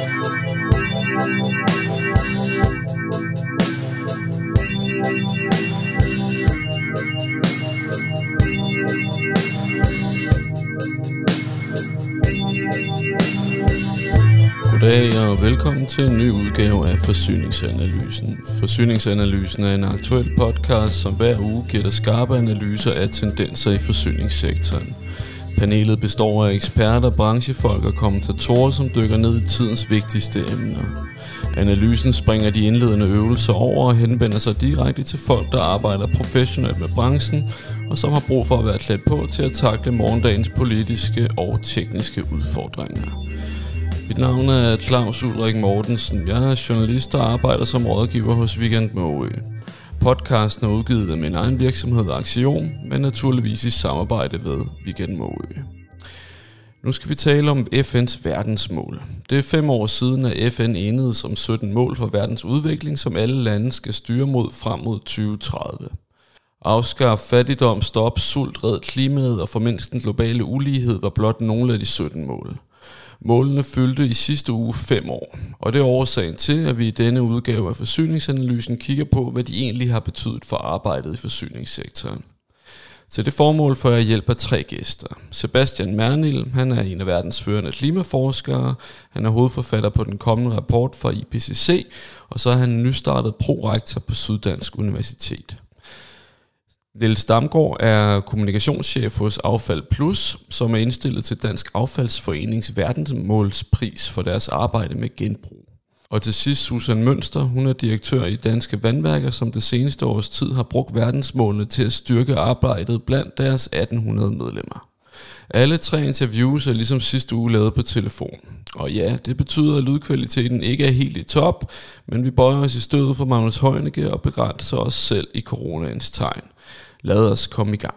Goddag og velkommen til en ny udgave af Forsyningsanalysen. Forsyningsanalysen er en aktuel podcast, som hver uge giver dig skarpe analyser af tendenser i forsyningssektoren. Panelet består af eksperter, branchefolk og kommentatorer, som dykker ned i tidens vigtigste emner. Analysen springer de indledende øvelser over og henvender sig direkte til folk, der arbejder professionelt med branchen, og som har brug for at være klædt på til at tackle morgendagens politiske og tekniske udfordringer. Mit navn er Claus Ulrik Mortensen. Jeg er journalist og arbejder som rådgiver hos Weekend Måge. Podcasten er udgivet af min egen virksomhed Aktion, men naturligvis i samarbejde med Weekend Måge. Nu skal vi tale om FN's verdensmål. Det er 5 år siden, at FN enedes om 17 mål for verdens udvikling, som alle lande skal styre mod frem mod 2030. Afskaf fattigdom, stop sult, red klimaet og formindske den globale ulighed var blot nogle af de 17 mål. Målene fyldte i sidste uge 5 år, og det er årsagen til, at vi i denne udgave af Forsyningsanalysen kigger på, hvad de egentlig har betydet for arbejdet i forsyningssektoren. Til det formål får jeg hjælp af 3 gæster. Sebastian Mernil, han er en af verdens førende klimaforskere, han er hovedforfatter på den kommende rapport fra IPCC, og så er han nystartet prorektor på Syddansk Universitet. Niels Damgaard er kommunikationschef hos Affald Plus, som er indstillet til Dansk Affaldsforenings verdensmålspris for deres arbejde med genbrug. Og til sidst Susan Mønster, hun er direktør i Danske Vandværker, som det seneste års tid har brugt verdensmålene til at styrke arbejdet blandt deres 1800 medlemmer. Alle 3 interviews er ligesom sidste uge lavet på telefon. Og ja, det betyder, at lydkvaliteten ikke er helt i top, men vi bøjer os i stødet for Magnus Heunicke og begrænser os selv i coronaens tegn. Lad os komme i gang.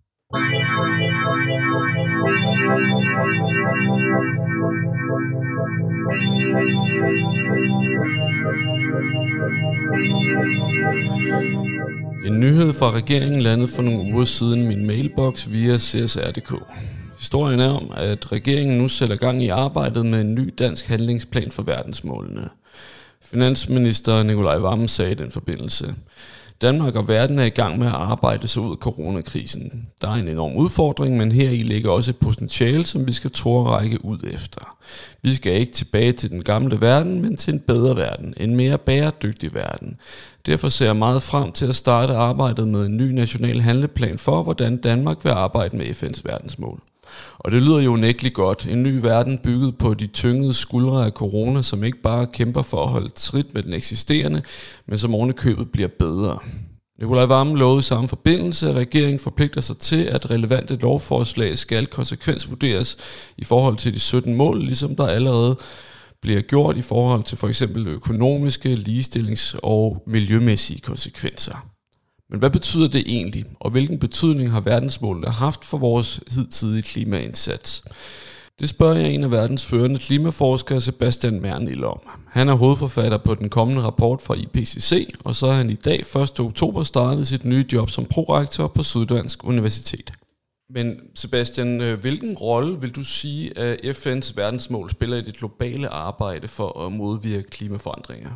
En nyhed fra regeringen landede for nogle uger siden min mailbox via CSR.dk. Historien er om, at regeringen nu sætter gang i arbejdet med en ny dansk handlingsplan for verdensmålene. Finansminister Nicolai Wammen sagde i den forbindelse: Danmark og verden er i gang med at arbejde sig ud af coronakrisen. Der er en enorm udfordring, men heri ligger også et potentiale, som vi skal turde række ud efter. Vi skal ikke tilbage til den gamle verden, men til en bedre verden, en mere bæredygtig verden. Derfor ser jeg meget frem til at starte arbejdet med en ny national handleplan for, hvordan Danmark vil arbejde med FN's verdensmål. Og det lyder jo unægteligt godt. En ny verden bygget på de tyngede skuldre af corona, som ikke bare kæmper for at holde trit med den eksisterende, men som ovenikøbet bliver bedre. Nicolai Wammen lovede i samme forbindelse, at regeringen forpligter sig til, at relevante lovforslag skal konsekvensvurderes i forhold til de 17 mål, ligesom der allerede bliver gjort i forhold til for eksempel økonomiske, ligestillings- og miljømæssige konsekvenser. Men hvad betyder det egentlig, og hvilken betydning har verdensmålene haft for vores hidtidige klimaindsats? Det spørger jeg en af verdens førende klimaforskere, Sebastian Mernil, om. Han er hovedforfatter på den kommende rapport fra IPCC, og så har han i dag 1. oktober startet sit nye job som prorektor på Syddansk Universitet. Men Sebastian, hvilken rolle vil du sige, at FN's verdensmål spiller i det globale arbejde for at modvirke klimaforandringer?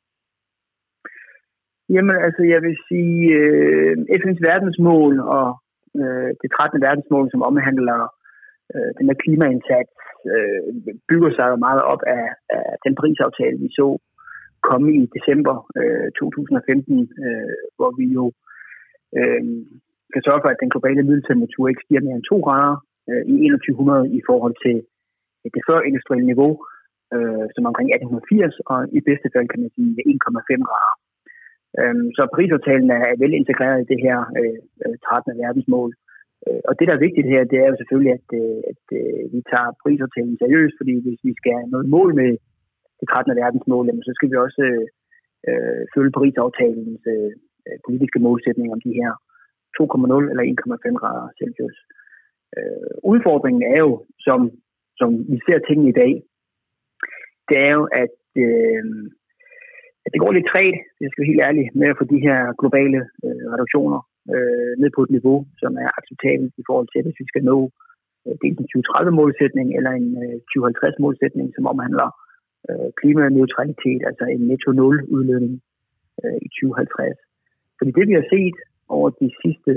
Jamen altså, jeg vil sige, FN's verdensmål og det 13. verdensmål, som omhandler den her klimaindsats, bygger sig jo meget op af den Paris-aftale, vi så komme i december 2015, hvor vi jo kan sørge for, at den globale middeltemperatur ikke stiger mere end 2 grader i 2100 i forhold til det førindustrielle niveau, som omkring 1880, og i bedste fald kan man sige 1,5 grader. Så Paris-aftalen er vel integreret i det her 13. verdensmål. Og det, der er vigtigt her, det er jo selvfølgelig, at vi tager Paris-aftalen seriøst, fordi hvis vi skal nå et mål med det 13. verdensmål, så skal vi også følge Paris-aftalens politiske målsætning om de her 2,0 eller 1,5 grader Celsius. Udfordringen er jo, som vi ser tingene i dag, det er jo, at det går lidt trægt, jeg skal være helt ærlig, med at få de her globale reduktioner ned på et niveau, som er acceptabelt i forhold til, hvis vi skal nå dels en 2030-målsætning eller en 2050-målsætning, som omhandler klimaneutralitet, altså en netto-nul udledning i 2050. Fordi det, vi har set over de sidste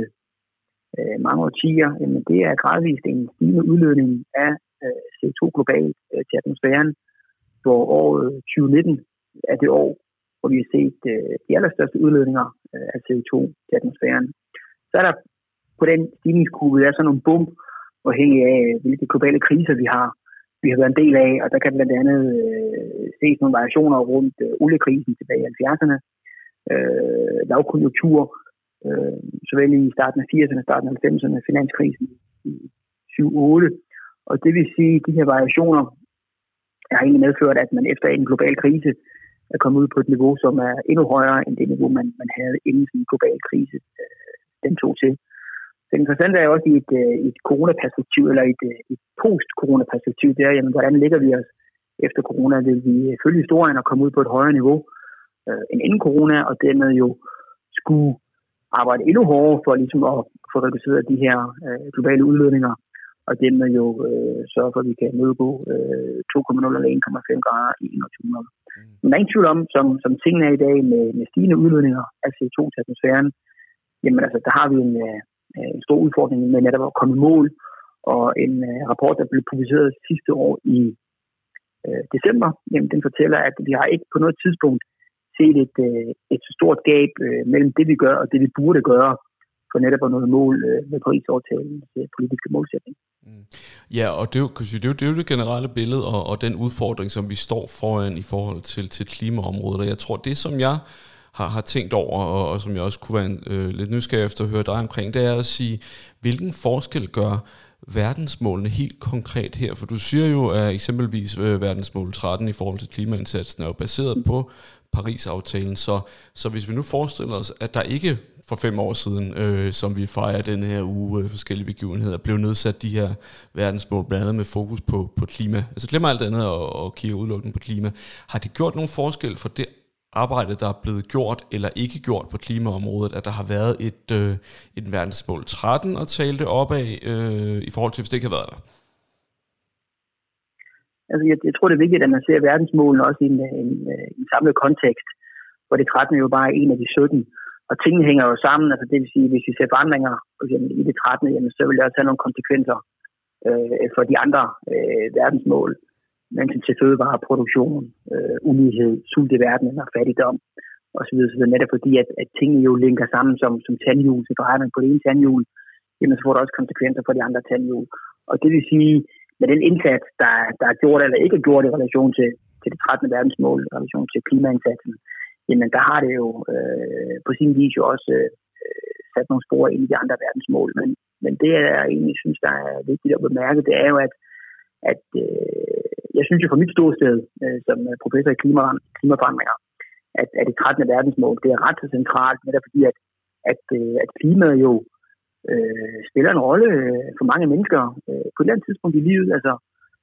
mange årtier, jamen, det er gradvist en stigende udledning af CO2 globalt til atmosfæren, hvor året 2019 er det år, hvor vi har set de allerstørste udledninger af CO2 til atmosfæren. Så er der på den stigningskurve, der er sådan nogle bump, afhængig af hvilke globale kriser vi har været en del af, og der kan blandt andet ses nogle variationer rundt oliekrisen tilbage i 70'erne, lavkonjunktur, såvel i starten af 80'erne, starten af 90'erne, finanskrisen i 7-8, og det vil sige, at de her variationer har egentlig medført, at man efter en global krise er kommet ud på et niveau, som er endnu højere end det niveau, man havde inden sådan en global krise, den tog til. Det interessante er også i et coronaperspektiv, eller et post-coronaperspektiv, det er, jamen, hvordan ligger vi os efter corona? Vil vi følge historien og komme ud på et højere niveau end inden corona, og dermed jo skulle arbejde endnu hårdere for ligesom at få reduceret de her globale udledninger, og dermed jo sørge for, at vi kan modgå 2,0 eller 1,5 grader i 2100. Men der er ingen tvivl om, som tingene er i dag med stigende udledninger af CO2 til atmosfæren, jamen altså, der har vi en stor udfordring med netop at komme i mål, og en rapport, der blev publiceret sidste år i december, jamen, den fortæller, at vi har ikke på noget tidspunkt set et så stort gab mellem det, vi gør, og det, vi burde gøre, for netop at nå mål med Paris-aftalens politiske målsætning. Ja, og det er jo det generelle billede, og den udfordring, som vi står foran i forhold til klimaområdet, og jeg tror, det som jeg har tænkt over, og som jeg også kunne være lidt nysgerrig efter at høre dig omkring, det er at sige, hvilken forskel gør verdensmålene helt konkret her? For du siger jo, at eksempelvis verdensmål 13 i forhold til klimaindsatsen er jo baseret på Paris-aftalen, så hvis vi nu forestiller os, at der ikke for 5 år siden, som vi fejrer den her uge forskellige begivenheder, blev nedsat de her verdensmål, blandt andet med fokus på klima. Altså glemmer alt andet og kigger udelukkende på klima. Har det gjort nogen forskel for det arbejde, der er blevet gjort eller ikke gjort på klimaområdet, at der har været et verdensmål 13 at tale det op af i forhold til, hvis det ikke har været der? Altså, jeg tror, det er vigtigt, at man ser verdensmålene også i en samlet kontekst, hvor det 13 er jo bare en af de 17, og tingene hænger jo sammen. Altså, det vil sige, hvis vi ser forandringer i det 13, jamen, så vil det også have nogle konsekvenser for de andre verdensmål, men til fødevareproduktion, ulighed, sult i verden eller fattigdom osv. Netop fordi, at tingene jo linker sammen som tandhjul. Så drejer man på det ene tandhjul, jamen, så får det også konsekvenser for de andre tandhjul. Og det vil sige, med den indsats, der er gjort eller ikke er gjort i relation til det 13. verdensmål, i relation til klimaindsatsen, jamen der har det jo på sin vis jo også sat nogle spor ind i de andre verdensmål. Men det, jeg egentlig synes, der er vigtigt at bemærke, det er jo, at jeg synes jo fra mit ståsted som professor i klimaforandringer, at det 13. verdensmål, det er ret så centralt, netop fordi, at klimaet jo spiller en rolle for mange mennesker på et eller andet tidspunkt i livet, altså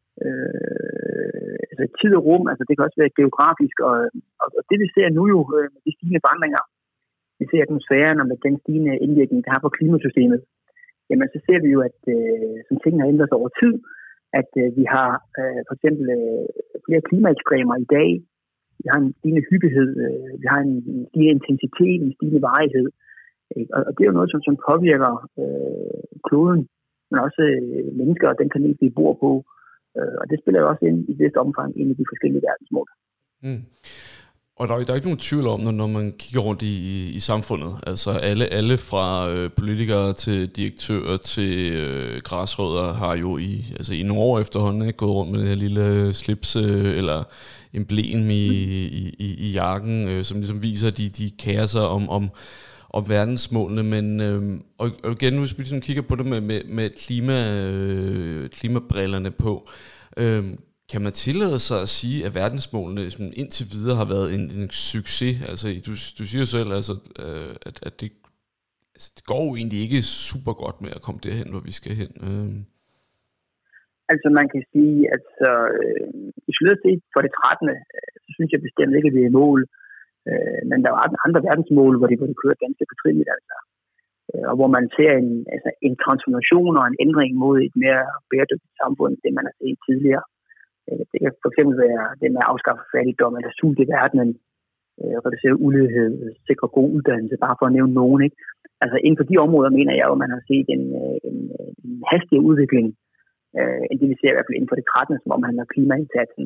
tid og rum, altså det kan også være geografisk, og det vi ser nu jo med de stigende forandringer, vi ser atmosfæren og med den stigende indvirkning, det har på klimasystemet, jamen så ser vi jo, at som tingene har ændret sig over tid, at vi har for eksempel flere klimaekstremer i dag, vi har en stigende hyppighed, vi har en stigende intensitet, en stigende varighed, og det er jo noget, som påvirker kloden, men også mennesker og den planet, vi bor på. Og det spiller jo også ind i et vist omfang ind i de forskellige verdensmål. Mm. Og der er ikke nogen tvivl om, når man kigger rundt i samfundet, altså alle fra politikere til direktører til græsrødder har jo i nogle år efterhånden gået rundt med det her lille slips eller emblem i jakken, som ligesom viser, at de kærer sig om verdensmålene, men og igen, hvis vi ligesom kigger på det med klimabrillerne på, kan man tillade sig at sige, at verdensmålene indtil videre har været en succes? Altså, du siger selv, altså, at det går jo egentlig ikke super godt med at komme derhen, hvor vi skal hen. Altså, man kan sige, at isoleret set for det 13. Så synes jeg bestemt ikke, at vi er i mål. Men der var andre verdensmål, hvor de kører ganske fortrinligt, altså. Og hvor man ser en transformation og en ændring mod et mere bæredygtigt samfund, end det man har set tidligere. Det kan for eksempel være det med at afskaffe fattigdom eller sult i verdenen, reducere ulighed, sikre god uddannelse, bare for at nævne nogen. Ikke? Altså inden for de områder mener jeg jo, at man har set en hastigere udvikling, end det vi ser i hvert fald inden for det 13. som omhandler klimaindsatsen.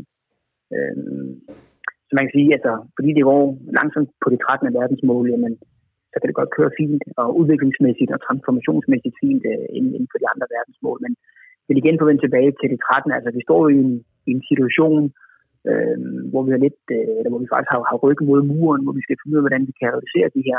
Så man kan sige, altså fordi det går langsomt på det 13. verdensmål, jamen, så kan det godt køre fint og udviklingsmæssigt og transformationsmæssigt fint inden for de andre verdensmål. Men vil igen få vendt tilbage til det 13. Altså vi står i en situation, hvor vi har lidt, eller hvor vi faktisk har rykket mod muren, hvor vi skal finde ud af, hvordan vi kan reducere de her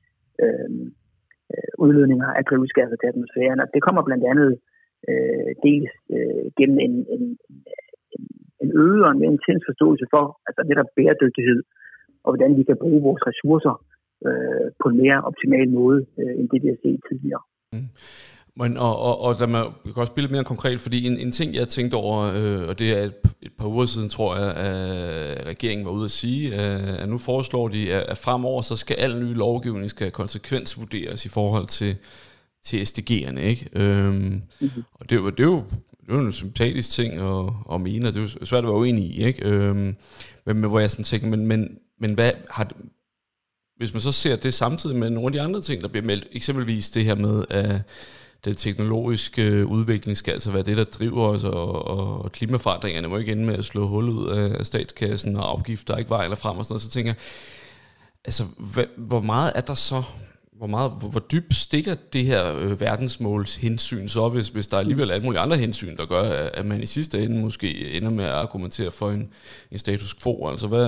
udledninger af drivhusgasser til atmosfæren. Og det kommer blandt andet dels gennem en øget og en mere intens forståelse for altså netop bæredygtighed, og hvordan vi kan bruge vores ressourcer på en mere optimal måde, end det vi har set tidligere. Mm. Men, og lad mig også blive lidt mere konkret, fordi en ting, jeg tænkte over, og det er et par uger siden, tror jeg, at regeringen var ude at sige, at nu foreslår de, at fremover så skal al ny lovgivning skal konsekvensvurderes i forhold til SDG'erne, ikke? Og det er jo en sympatisk ting at mene, og det er jo svært at være uenig i, ikke? Men hvor jeg sådan tænker, men hvad har hvis man så ser det samtidig med nogle af de andre ting, der bliver meldt, eksempelvis det her med, at den teknologiske udvikling skal altså være det, der driver os, og klimaforandringerne må ikke ende med at slå hul ud af statskassen, og afgifter der ikke vejler frem og sådan noget, så tænker jeg, altså, hvor meget er der så, hvor dybt stikker det her verdensmåls hensyn så, hvis der alligevel er alle mulige andre hensyn, der gør, at man i sidste ende måske ender med at argumentere for en status quo, altså hvad...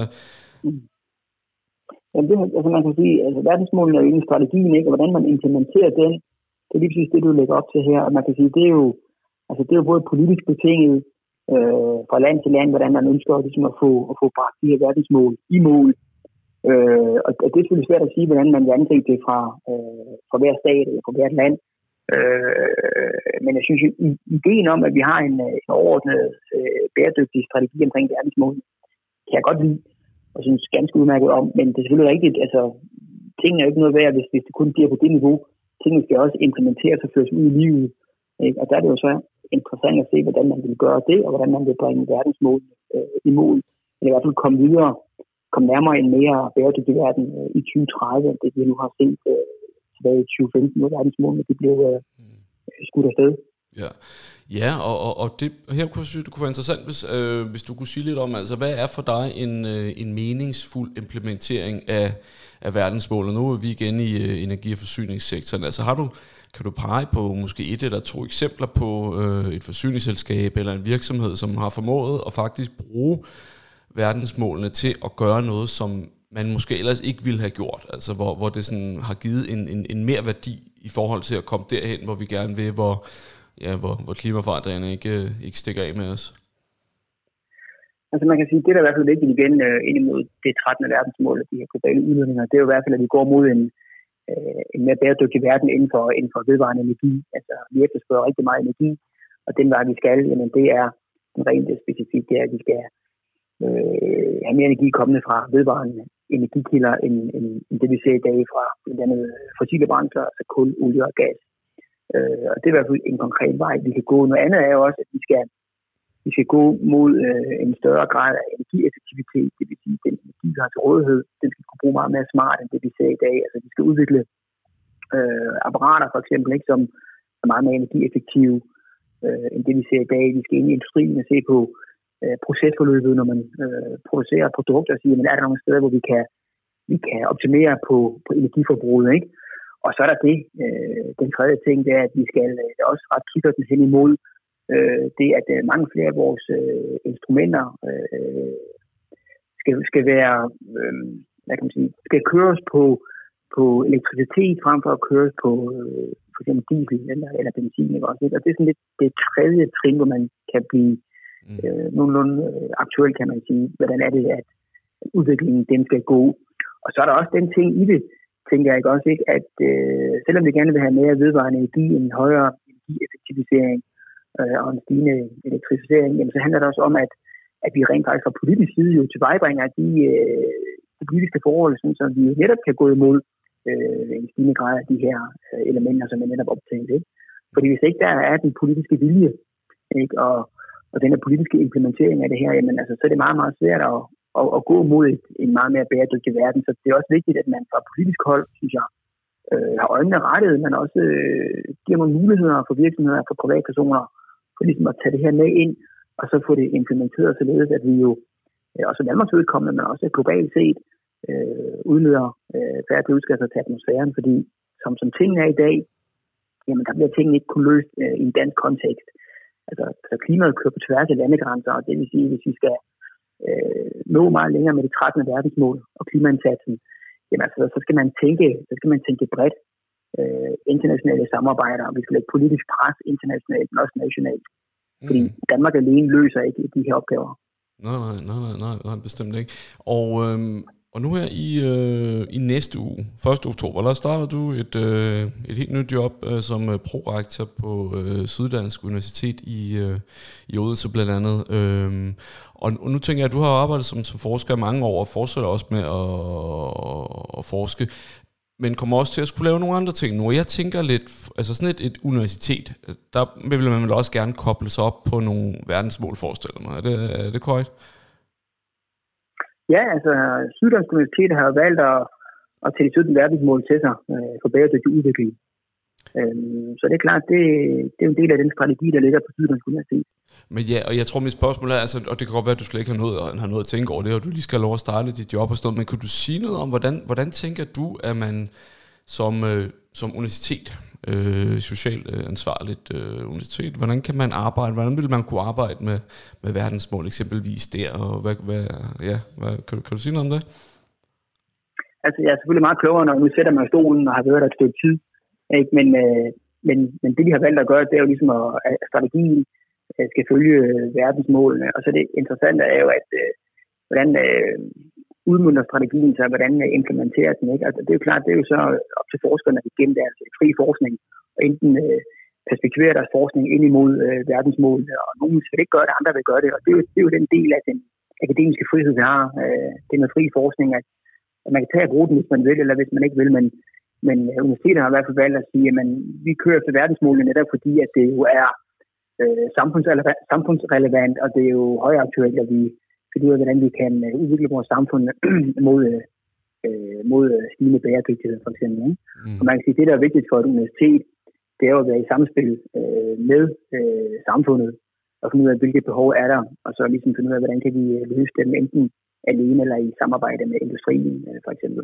Jamen det, altså man kan sige, altså verdensmålene er jo en strategien, ikke? Og hvordan man implementerer den, det er lige præcis det, du lægger op til her. Og man kan sige, det er jo både politisk betinget fra land til land, hvordan man ønsker ligesom at få bragt de her verdensmål i mål. Og det er selvfølgelig svært at sige, hvordan man vil angribe det fra hver stat eller fra hvert land. Men jeg synes, ideen om, at vi har en overordnet bæredygtig strategi omkring verdensmålene, kan jeg godt lide. Og synes ganske udmærket om, men det er selvfølgelig rigtigt, altså tingene er jo ikke noget værd, hvis det kun bliver på det niveau. Tingene skal også implementeres og føres ud i livet, ikke? Og der er det jo så interessant at se, hvordan man vil gøre det, og hvordan man vil bringe verdensmål i mål. Eller i hvert fald komme nærmere en mere bæredygtig verden i 2030, det vi nu har set tilbage i 2015, hvor verdensmålene blev skudt afsted. Ja, og det her kunne jeg synes, det kunne være interessant, hvis du kunne sige lidt om, altså hvad er for dig en meningsfuld implementering af verdensmål, og nu er vi igen i energi- og forsyningssektoren. Altså kan du pege på måske et eller to eksempler på et forsyningsselskab eller en virksomhed, som har formået at faktisk bruge verdensmålene til at gøre noget, som man måske ellers ikke ville have gjort, altså hvor det sådan har givet en mere værdi i forhold til at komme derhen, hvor vi gerne vil, hvor klimaforandringerne ikke stikker af med os? Altså man kan sige, det der er i hvert fald vigtigt igen ind imod det 13. verdensmål af de her globale udledninger, det er jo i hvert fald, at vi går mod en mere bæredygtig verden inden for vedvarende energi. Altså vi efterspørger rigtig meget energi, og den vej vi skal, jamen det er rent specifikt, det er, at vi skal have mere energi kommende fra vedvarende energikilder, end det vi ser i dag fra blandt andet fossile brændsler, altså kul, olie og gas. Og det er i hvert fald en konkret vej, vi kan gå. Noget andet er jo også, at vi skal gå mod en større grad af energieffektivitet, det vil sige, at den energi, vi har til rådighed, den skal kunne bruge meget mere smart, end det vi ser i dag. Altså vi skal udvikle apparater for eksempel, ikke, som er meget mere energieffektive, end det vi ser i dag. Vi skal ind i industrien og se på procesforløbet, når man producerer produkter, og sige, men er der nogle steder, hvor vi kan optimere på energiforbruget, ikke? Og så er der den tredje ting, det er, at vi skal også ret kigge den hen imod det, at mange flere af vores instrumenter skal være, hvad kan man sige, skal køres på elektricitet frem for at køres på for eksempel diesel eller benzin. Ikke? Og det er sådan lidt det tredje trin, hvor man kan blive nogenlunde aktuelt, kan man sige, hvordan er det, at udviklingen den skal gå. Og så er der også den ting i det, tænker jeg ikke også, ikke, at selvom vi gerne vil have mere vedvarende energi, en højere energieffektivisering og en stigende elektrificering, jamen, så handler det også om, at vi rent faktisk fra politisk side jo tilvejebringer de politiske forhold, sådan, så vi netop kan gå imod en stigende grad af de her elementer, som er netop optænkt. Ikke? Fordi hvis ikke der er den politiske vilje, ikke, og den her politiske implementering af det her, jamen, altså, så er det meget, meget svært at gå mod en meget mere bæredygtig verden. Så det er også vigtigt, at man fra politisk hold, synes jeg, har øjnene rettet, men også giver nogle muligheder for virksomheder, for privatpersoner, for ligesom at tage det her med ind, og så få det implementeret således, at vi jo også Danmarks vedkommende, men også globalt set, udleder færre drivhusgasser til atmosfæren, fordi som tingene er i dag, jamen der bliver tingene ikke kun løst i en dansk kontekst. Altså klimaet kører på tværs af landegrænser, og det vil sige, hvis vi skal nå meget længere med det 13. verdensmål og klimaindsatsen, jamen altså, så skal man tænke bredt, internationale samarbejder, og vi skal lægge politisk pres internationalt, men også nationalt. Fordi Danmark alene løser ikke de her opgaver. Nej, bestemt ikke. Og nu her i næste uge, 1. oktober, der starter du et helt nyt job som prorektor på Syddansk Universitet i Odense blandt andet. Og nu tænker jeg, at du har arbejdet som forsker i mange år, og fortsætter også med at forske, men kommer også til at skulle lave nogle andre ting nu. Jeg tænker lidt, altså sådan et universitet, der vil man vel også gerne koble sig op på nogle verdensmål, forestiller mig. Er det korrekt? Ja, altså Syddansk Universitet har valgt at tage de 17 verdensmål til sig for bæredygtig udvikling. Så det er klart, det er en del af den strategi, der ligger på Syddansk Universitet. Men ja, og jeg tror, mit spørgsmål er, altså, og det kan godt være, at du slet ikke har noget at tænke over det, og du lige skal have lov at starte dit job og sådan noget, men kunne du sige noget om, hvordan tænker du, at man som universitet, socialt ansvarligt universitet, hvordan kan man arbejde, hvordan vil man kunne arbejde med verdensmål eksempelvis der, og kan du sige noget om det? Altså, jeg er selvfølgelig meget klogere, når nu sætter mig i stolen og har været der et stykke tid, ikke? Men det, de har valgt at gøre, det er jo ligesom, at strategien skal følge verdensmålene, og så det interessante er jo, at hvordan udmønter strategien sig, hvordan implementerer den, ikke? Altså, det er jo klart, det er jo så op til forskerne at gennem deres fri forskning, og enten perspektivere deres forskning ind imod verdensmålene, og nogen skal ikke gøre det, andre vil gøre det, og det er jo den del af den akademiske frihed, vi har, det med fri forskning, at man kan tage og bruge den, hvis man vil, eller hvis man ikke vil, men universitetet har i hvert fald valgt at sige, at vi kører til verdensmålene netop fordi, at det jo er samfundsrelevant, og det er jo højaktuelt, at vi finder ud af, hvordan vi kan udvikle vores samfund mod stigende bæredygtighed, for eksempel. Og man kan sige, at det, der er vigtigt for et universitet, det er jo at være i samspil med samfundet, og finde ud af, hvilke behov er der, og så ligesom finde ud af, hvordan kan vi løse dem, enten alene eller i samarbejde med industrien, for eksempel.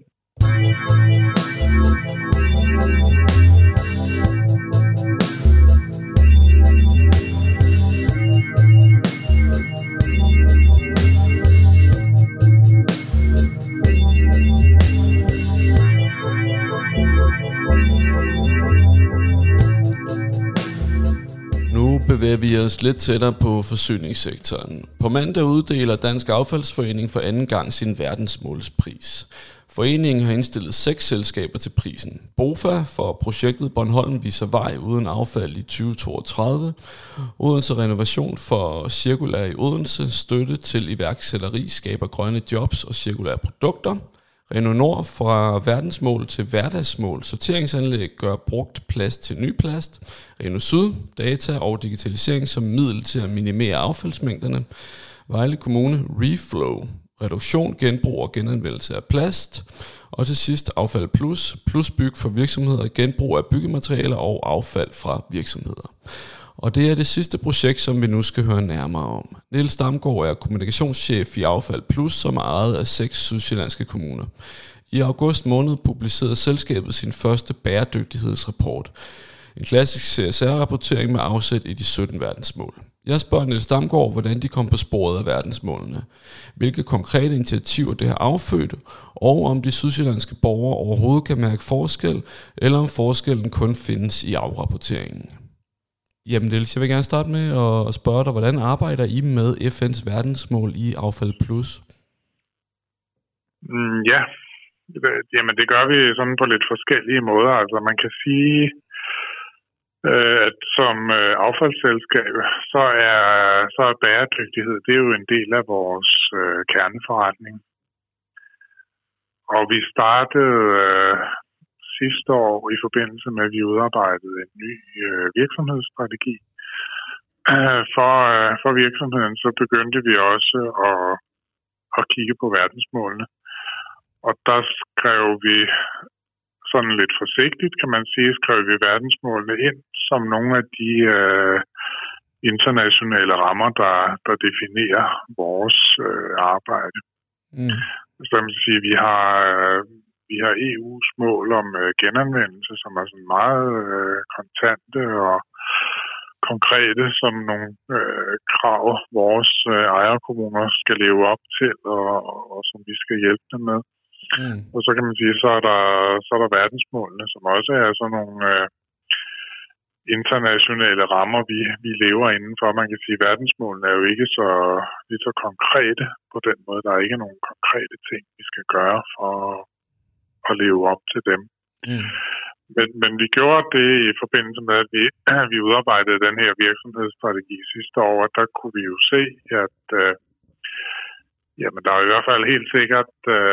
Nu bevæger vi os lidt tættere på forsyningssektoren. På mandag uddeler Dansk Affaldsforening for anden gang sin verdensmålspris. Foreningen har indstillet 6 selskaber til prisen. BOFA for projektet Bornholm viser vej uden affald i 2032. Odense Renovation for cirkulær i Odense. Støtte til iværksætteri skaber grønne jobs og cirkulære produkter. Reno Nord fra verdensmål til hverdagsmål. Sorteringsanlæg gør brugt plast til ny plast. Reno Syd, data og digitalisering som middel til at minimere affaldsmængderne. Vejle Kommune, Reflow, reduktion, genbrug og genanvendelse af plast. Og til sidst Affald Plus, Plusbyg for virksomheder, genbrug af byggematerialer og affald fra virksomheder. Og det er det sidste projekt, som vi nu skal høre nærmere om. Niels Damgaard er kommunikationschef i Affald Plus, som er ejet af 6 sydsjællandske kommuner. I august måned publicerede selskabet sin første bæredygtighedsrapport. En klassisk CSR-rapportering med afsæt i de 17 verdensmål. Jeg spørger Niels Damgaard, hvordan de kom på sporet af verdensmålene, hvilke konkrete initiativer det har affødt, og om de sydsjællandske borgere overhovedet kan mærke forskel, eller om forskellen kun findes i afrapporteringen. Jamen Niels, jeg vil gerne starte med at spørge dig, hvordan arbejder I med FN's verdensmål i Affald Plus? Ja, jamen det gør vi sådan på lidt forskellige måder. Altså man kan sige, at som affaldsselskab, så er bæredygtighed, det er jo en del af vores kerneforretning. Og vi startede sidste år i forbindelse med, at vi udarbejdede en ny virksomhedsstrategi, for virksomheden, så begyndte vi også at kigge på verdensmålene. Og der skrev vi sådan lidt forsigtigt, kan man sige, skrev vi verdensmålene ind som nogle af de internationale rammer, der definerer vores arbejde. Så kan man sige, vi har EU's mål om genanvendelse, som er sådan meget kontante og konkrete, som nogle krav, vores ejerkommuner skal leve op til, og som vi skal hjælpe dem med. Og så kan man sige, så er der verdensmålene, som også er sådan nogle internationale rammer, vi lever indenfor. Man kan sige, at verdensmålene er jo ikke så konkrete på den måde. Der er ikke nogen konkrete ting, vi skal gøre for at leve op til dem. Men vi gjorde det i forbindelse med, at vi udarbejdede den her virksomhedsstrategi sidste år, og der kunne vi jo se, at der er i hvert fald helt sikkert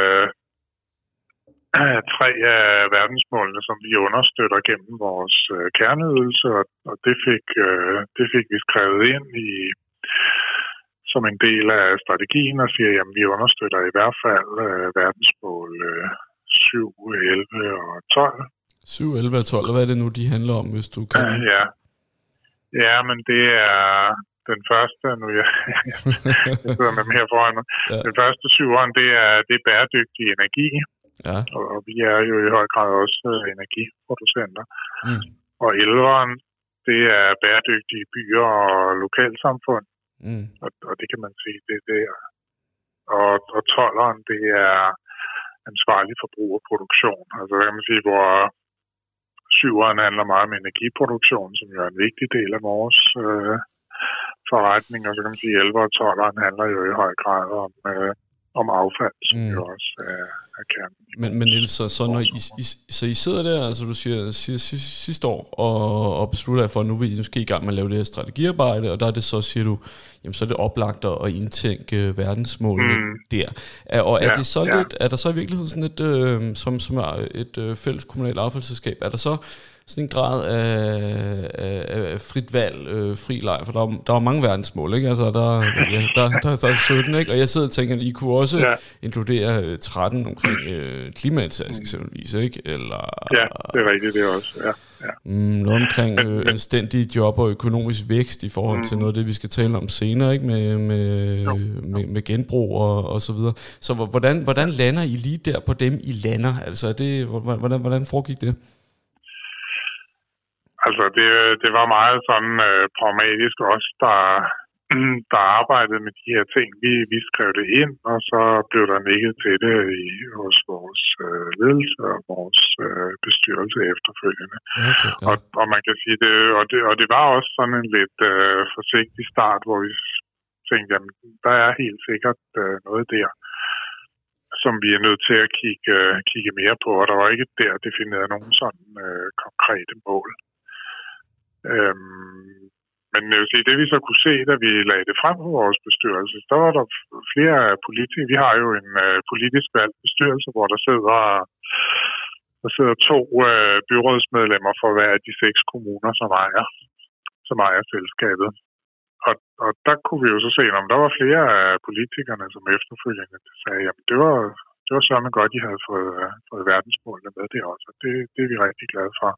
3 af verdensmålene, som vi understøtter gennem vores kerneydelse, og det fik vi skrevet ind som en del af strategien og siger, at vi understøtter i hvert fald verdensmål 7, 11 og 12. 7, 11 og 12, og hvad er det nu, de handler om, hvis du kan? Ja, men det er den første, nu jeg sidder med dem her foran. Ja. Den første 7'eren, det er bæredygtig energi. Ja. Og vi er jo i høj grad også energiproducenter. Og 11'eren, det er bæredygtige byer og lokalsamfund. Og det kan man sige, det er der. Og 12'eren, det er ansvarlig forbrug og produktion. Altså kan man sige, hvor 7'eren handler meget om energiproduktion, som jo er en vigtig del af vores forretning. Og så kan man sige, 11'eren og 12'eren handler jo i høj grad om affald, som jo også er kernen. Men Niels, så når I sidder der, altså du siger sidste år, og beslutter jer for, at nu vil I måske i gang med at lave det her strategiarbejde, og der er det så, siger du, jamen så er det oplagt at indtænke verdensmålene der. Og er det så lidt, er der så i virkeligheden sådan et, som er et fælles kommunalt affaldsselskab, er der så sådan en grad af frit valg, fri leg, for der er mange verdensmål, ikke? Altså der er 17, ikke? Og jeg sidder og tænker, at I kunne også inkludere 13 omkring klimaindsats eksempelvis, ikke? Eller ja, det er rigtigt, det også, ja. Noget omkring anstændige job og økonomisk vækst i forhold til noget af det, vi skal tale om senere, ikke? Med genbrug og så videre. Så hvordan lander I lige der på dem, I lander? Altså, hvordan foregik det? Altså, det var meget sådan pragmatisk også, der arbejdede med de her ting. Vi skrev det ind, og så blev der nikket til det hos vores ledelse og vores bestyrelse efterfølgende. Okay, ja. Og man kan sige, det var også sådan en lidt forsigtig start, hvor vi tænkte, jamen, der er helt sikkert noget der, som vi er nødt til at kigge mere på, og der var ikke der defineret nogen sådan konkrete mål. Men jeg vil sige, det vi så kunne se, da vi lagde det frem på vores bestyrelse, der var der flere politikere. Vi har jo en politisk valgt bestyrelse, hvor der sidder 2 byrådsmedlemmer for hver af de 6 kommuner, som ejer selskabet. Og der kunne vi jo så se, om der var flere af politikerne, som efterfølgende sagde, jamen det var sørme godt, de havde fået verdensmålene med det også. Det er vi rigtig glade for.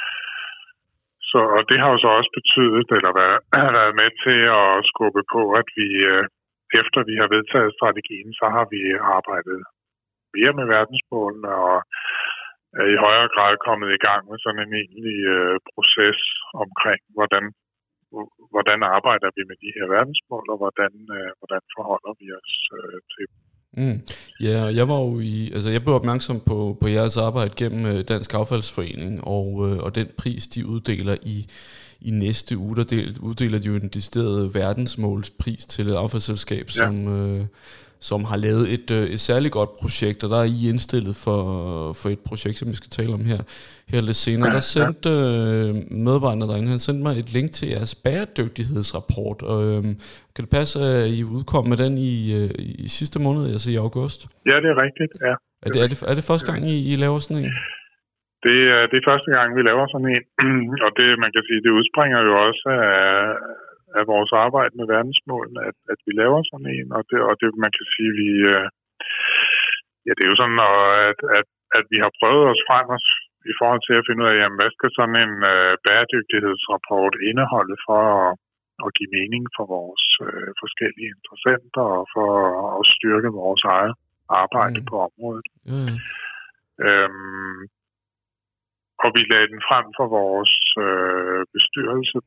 Og det har jo så også betydet, eller været med til at skubbe på, at vi, efter vi har vedtaget strategien, så har vi arbejdet mere med verdensmålene og er i højere grad kommet i gang med sådan en egentlig proces omkring, hvordan arbejder vi med de her verdensmål, og hvordan forholder vi os til dem. Ja, jeg var jo jeg blev opmærksom på jeres arbejde gennem Dansk Affaldsforening, og den pris, de uddeler i næste uge, der uddeler de jo en decideret verdensmålspris til et affaldsselskab, som har lavet et særligt godt projekt, og der er I indstillet for et projekt, som vi skal tale om her lidt senere. Der sendte medarbejderne derinde, han sendte mig et link til jeres bæredygtighedsrapport. Kan det passe, at I udkom med den i sidste måned, altså i august? Ja, det er rigtigt, ja. Er det første gang, I laver sådan en? Det er første gang, vi laver sådan en, og det, man kan sige, det udspringer jo også af vores arbejde med verdensmålene, at vi laver sådan en, og det man kan sige, vi det er jo sådan, at vi har prøvet os frem i forhold til at finde ud af, jamen, hvad skal sådan en bæredygtighedsrapport indeholde for at give mening for vores forskellige interessenter og for at styrke vores eget arbejde på området. Og vi lagde den frem for vores bestyrelse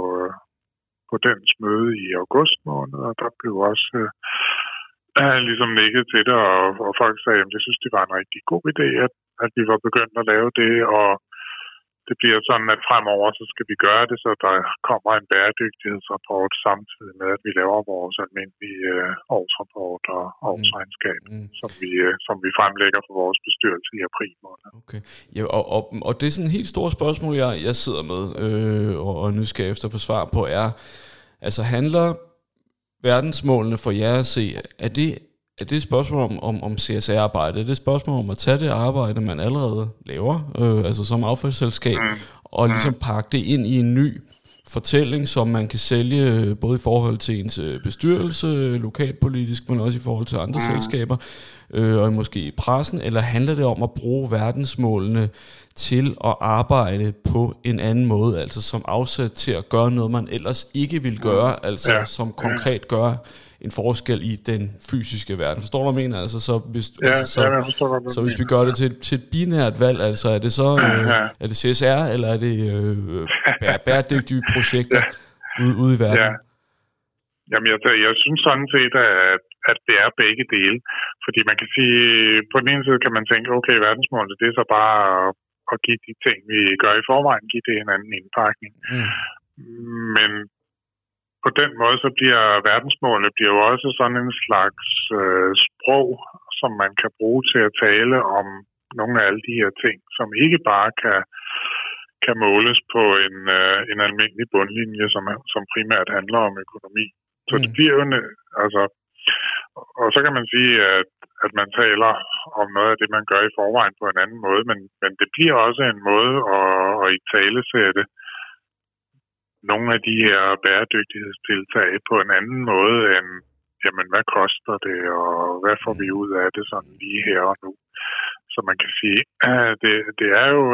på dens møde i august måned, og der blev også ligesom nikket til det, og folk sagde, at de synes, det var en rigtig god idé, at vi var begyndt at lave det, og det bliver sådan, at fremover så skal vi gøre det, så der kommer en bæredygtighedsrapport samtidig med, at vi laver vores almindelige årsrapport og årsregnskab, som vi fremlægger for vores bestyrelse i april måned. Okay. Ja, og det er sådan et helt stort spørgsmål, jeg sidder med, og nu skal jeg efter få svar på, altså handler verdensmålene for jer at se, er det et spørgsmål om CSR-arbejde? Er det et spørgsmål om at tage det arbejde, man allerede laver, altså som affaldsselskab, og ligesom pakke det ind i en ny fortælling, som man kan sælge både i forhold til ens bestyrelse, lokalpolitisk, men også i forhold til andre selskaber, og måske i pressen, eller handler det om at bruge verdensmålene til at arbejde på en anden måde, altså som afsæt til at gøre noget, man ellers ikke vil gøre, altså som konkret gør en forskel i den fysiske verden. Forstår du, hvad jeg mener? Altså, så hvis vi gør det til et binært valg, altså er det så er det CSR, eller er det bæredygtige projekter ude i verden? Ja. Jamen, jeg synes sådan set, at det er begge dele. Fordi man kan sige, på den ene side kan man tænke, okay, verdensmålet, det er så bare at give de ting, vi gør i forvejen, give det en anden indpakning. Men på den måde, så bliver verdensmålene jo også sådan en slags sprog, som man kan bruge til at tale om nogle af alle de her ting, som ikke bare kan måles på en almindelig bundlinje, som primært handler om økonomi. Så det bliver jo, altså, og så kan man sige, at man taler om noget af det, man gør i forvejen på en anden måde, men det bliver også en måde at italesætte nogle af de her bæredygtighedstiltag på en anden måde end, jamen, hvad koster det, og hvad får vi ud af det sådan lige her og nu. Så man kan sige, det er jo,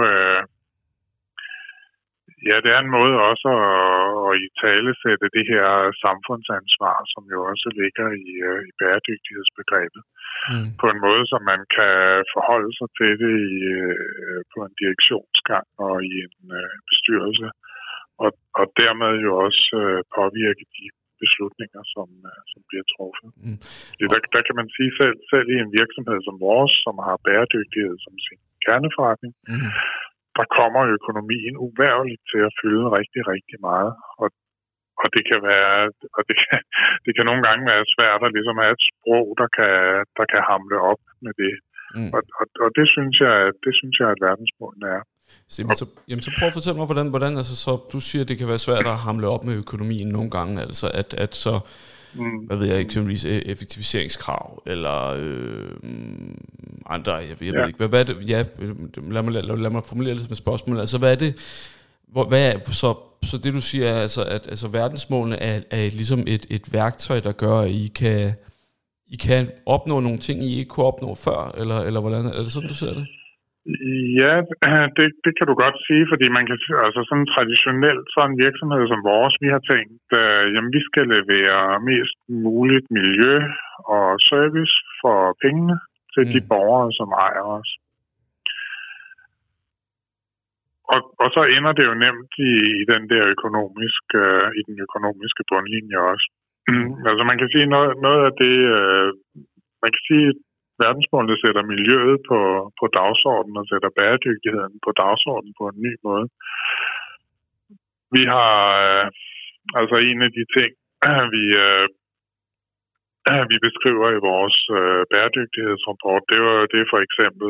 det er en måde også at italesætte det her samfundsansvar, som jo også ligger i bæredygtighedsbegrebet, på en måde, som man kan forholde sig til det på en direktionsgang og i en bestyrelse. Og dermed jo også påvirke de beslutninger, som bliver truffet. Der kan man sige, selv i en virksomhed som vores, som har bæredygtighed som sin kerneforretning, der kommer økonomien uværligt til at fylde rigtig, rigtig meget. Og det kan være, og det kan nogle gange være svært at ligesom have et sprog, der kan hamle op med det. Og det synes jeg, at verdensmålene er. Så prøv at fortælle mig, hvordan altså, så du siger, at det kan være svært at hamle op med økonomien nogle gange, altså at så, hvad ved jeg, eksempelvis effektiviseringskrav, eller andre, jeg ved ikke, hvad er det, lad mig formulere det med spørgsmål, altså hvad er det, så det du siger er altså, at altså, verdensmålene er ligesom et værktøj, der gør, at I kan opnå nogle ting, I ikke kunne opnå før, eller hvordan, er det sådan, du ser det? Ja, det kan du godt sige, fordi man kan, altså sådan traditionelt, så en virksomhed som vores, vi har tænkt, jamen vi skal levere mest muligt miljø og service for pengene til de borgere, som ejer os. Og så ender det jo nemt i den der i den økonomiske bundlinje også. Altså man kan sige noget af det, man kan sige, verdensmålet sætter miljøet på dagsordenen og sætter bæredygtigheden på dagsordenen på en ny måde. Vi har altså en af de ting, vi beskriver i vores bæredygtighedsrapport, det er for eksempel,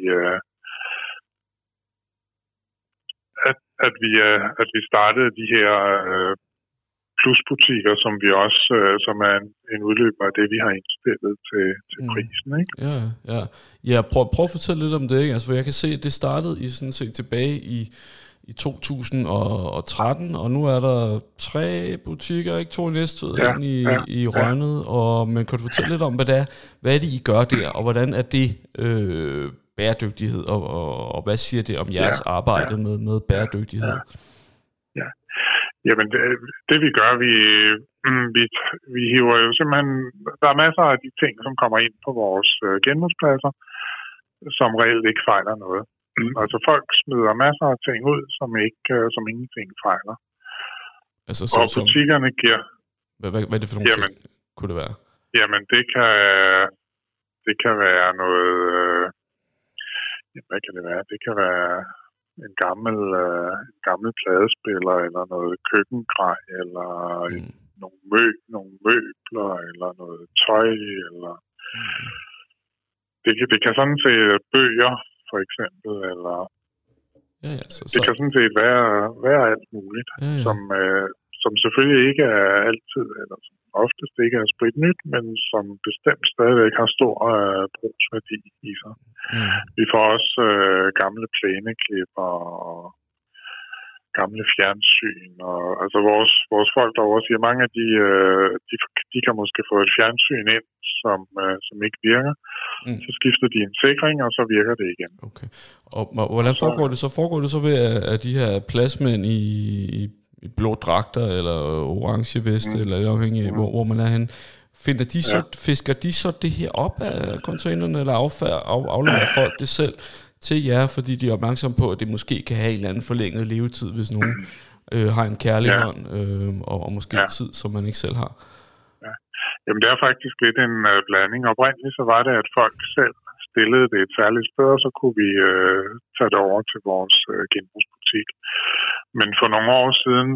at vi startede de her plusbutikker, som vi også, som er en udløber af det, vi har indstillet til prisen, ikke? Ja. Prøv at fortælle lidt om det, ikke? Altså, for jeg kan se, at det startede i sådan set tilbage i i 2013, og nu er der 3 butikker, ikke 2 i Næstved, ind i Rønnet, og man kan fortælle lidt om, hvad er det, I gør der, og hvordan er det bæredygtighed, og hvad siger det om jeres arbejde med bæredygtighed? Ja. Jamen, det vi gør, vi hiver jo simpelthen, der er masser af de ting, som kommer ind på vores genbrugspladser, som reelt ikke fejler noget. Altså folk smider masser af ting ud, som ingenting fejler. Altså, og butikkerne giver... Hvad er det for nogle ting, kunne det være? Jamen, det kan være noget... hvad kan det være? Det kan være en gammel pladespiller, eller noget køkkengrej, eller nogle møbler, eller noget tøj, eller... Det kan sådan set bøger, for eksempel, eller... det kan sådan set være alt muligt, som selvfølgelig ikke er altid, eller som oftest ikke er spritnyt, men som bestemt stadigvæk har stor brugsværdi i sig. Vi får også gamle plæneklipper og gamle fjernsyn, og altså vores folk derovre siger, mange af de kan måske få et fjernsyn ind, som ikke virker. Så skifter de en sikring, og så virker det igen. Okay. Og hvordan foregår det så? Foregår det så ved, at de her pladsmænd i blå dragter, eller orange veste, eller afhængig af, hvor man er henne, fisker de så det her op af containerne, eller afleverer folk det selv til jer, fordi de er opmærksomme på, at det måske kan have en eller anden forlænget levetid, hvis nogen har en kærlig hånd, og måske tid, som man ikke selv har? Jamen, det er faktisk lidt en blanding. Oprindeligt så var det, at folk selv stillede det et særligt sted, og så kunne vi tage det over til vores genbrugsbutik. Men for nogle år siden,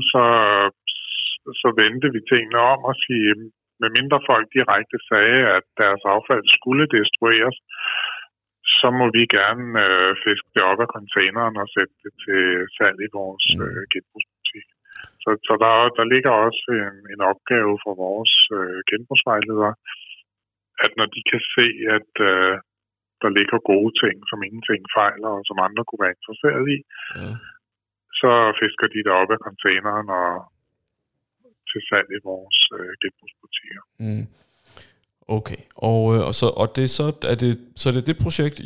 så vendte vi tingene om og sige, med mindre folk direkte sagde, at deres affald skulle destrueres, så må vi gerne fiske det op af containeren og sætte det til salg i vores genbrugsbutik. Så der ligger også en opgave for vores genbrugsvejledere, at når de kan se, at der ligger gode ting, som ingenting fejler, og som andre kunne være interesseret i, så fisker de det op af containeren og til salg i vores genbrugsbutikker. Okay, og det så er det projekt,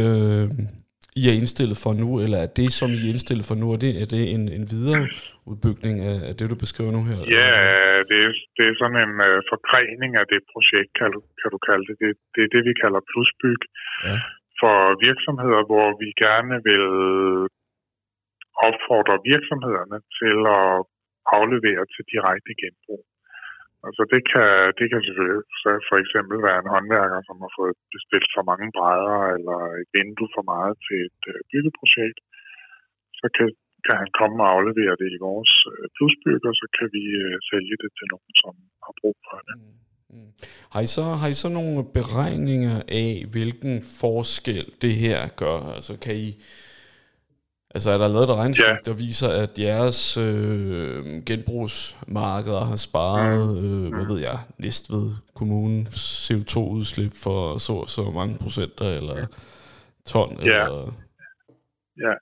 I er indstillet for nu, eller er det, som I er indstillet for nu, er det en videre udbygning af det, du beskriver nu her? Ja, det er sådan en forgrening af det projekt, kan du kalde det. Det er det, vi kalder plusbyg for virksomheder, hvor vi gerne vil opfordre virksomhederne til at aflevere til direkte genbrug. Altså det kan selvfølgelig for eksempel være en håndværker, som har fået bestilt for mange brædder eller et vindue for meget til et byggeprojekt. Så kan han komme og aflevere det i vores plusbyg, og så kan vi sælge det til nogen, som har brug for det. Har I så nogle beregninger af, hvilken forskel det her gør? Altså kan I... Altså er der lavet et regnskab, der viser, at jeres genbrugsmarkeder har sparet, hvad ved jeg, Næstved Kommune CO2-udslip for så mange procenter, eller ton? Eller... Ja.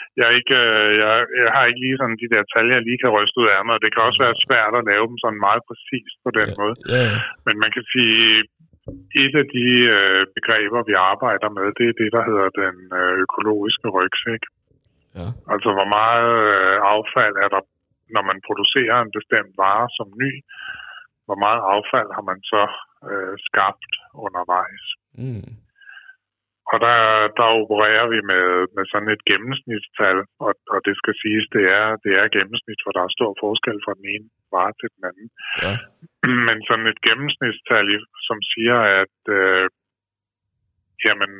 Jeg har ikke lige sådan de der tal, jeg lige kan ryste ud af mig. Det kan også være svært at lave dem sådan meget præcist på den måde. Men man kan sige, et af de begreber, vi arbejder med, det er det, der hedder den økologiske rygsæk. Altså, hvor meget affald er der, når man producerer en bestemt vare som ny? Hvor meget affald har man så skabt undervejs? Og der opererer vi med sådan et gennemsnitstal, og det skal siges, det er gennemsnit, for der er stor forskel fra den ene vare til den anden. Men sådan et gennemsnitstal, som siger, at jamen,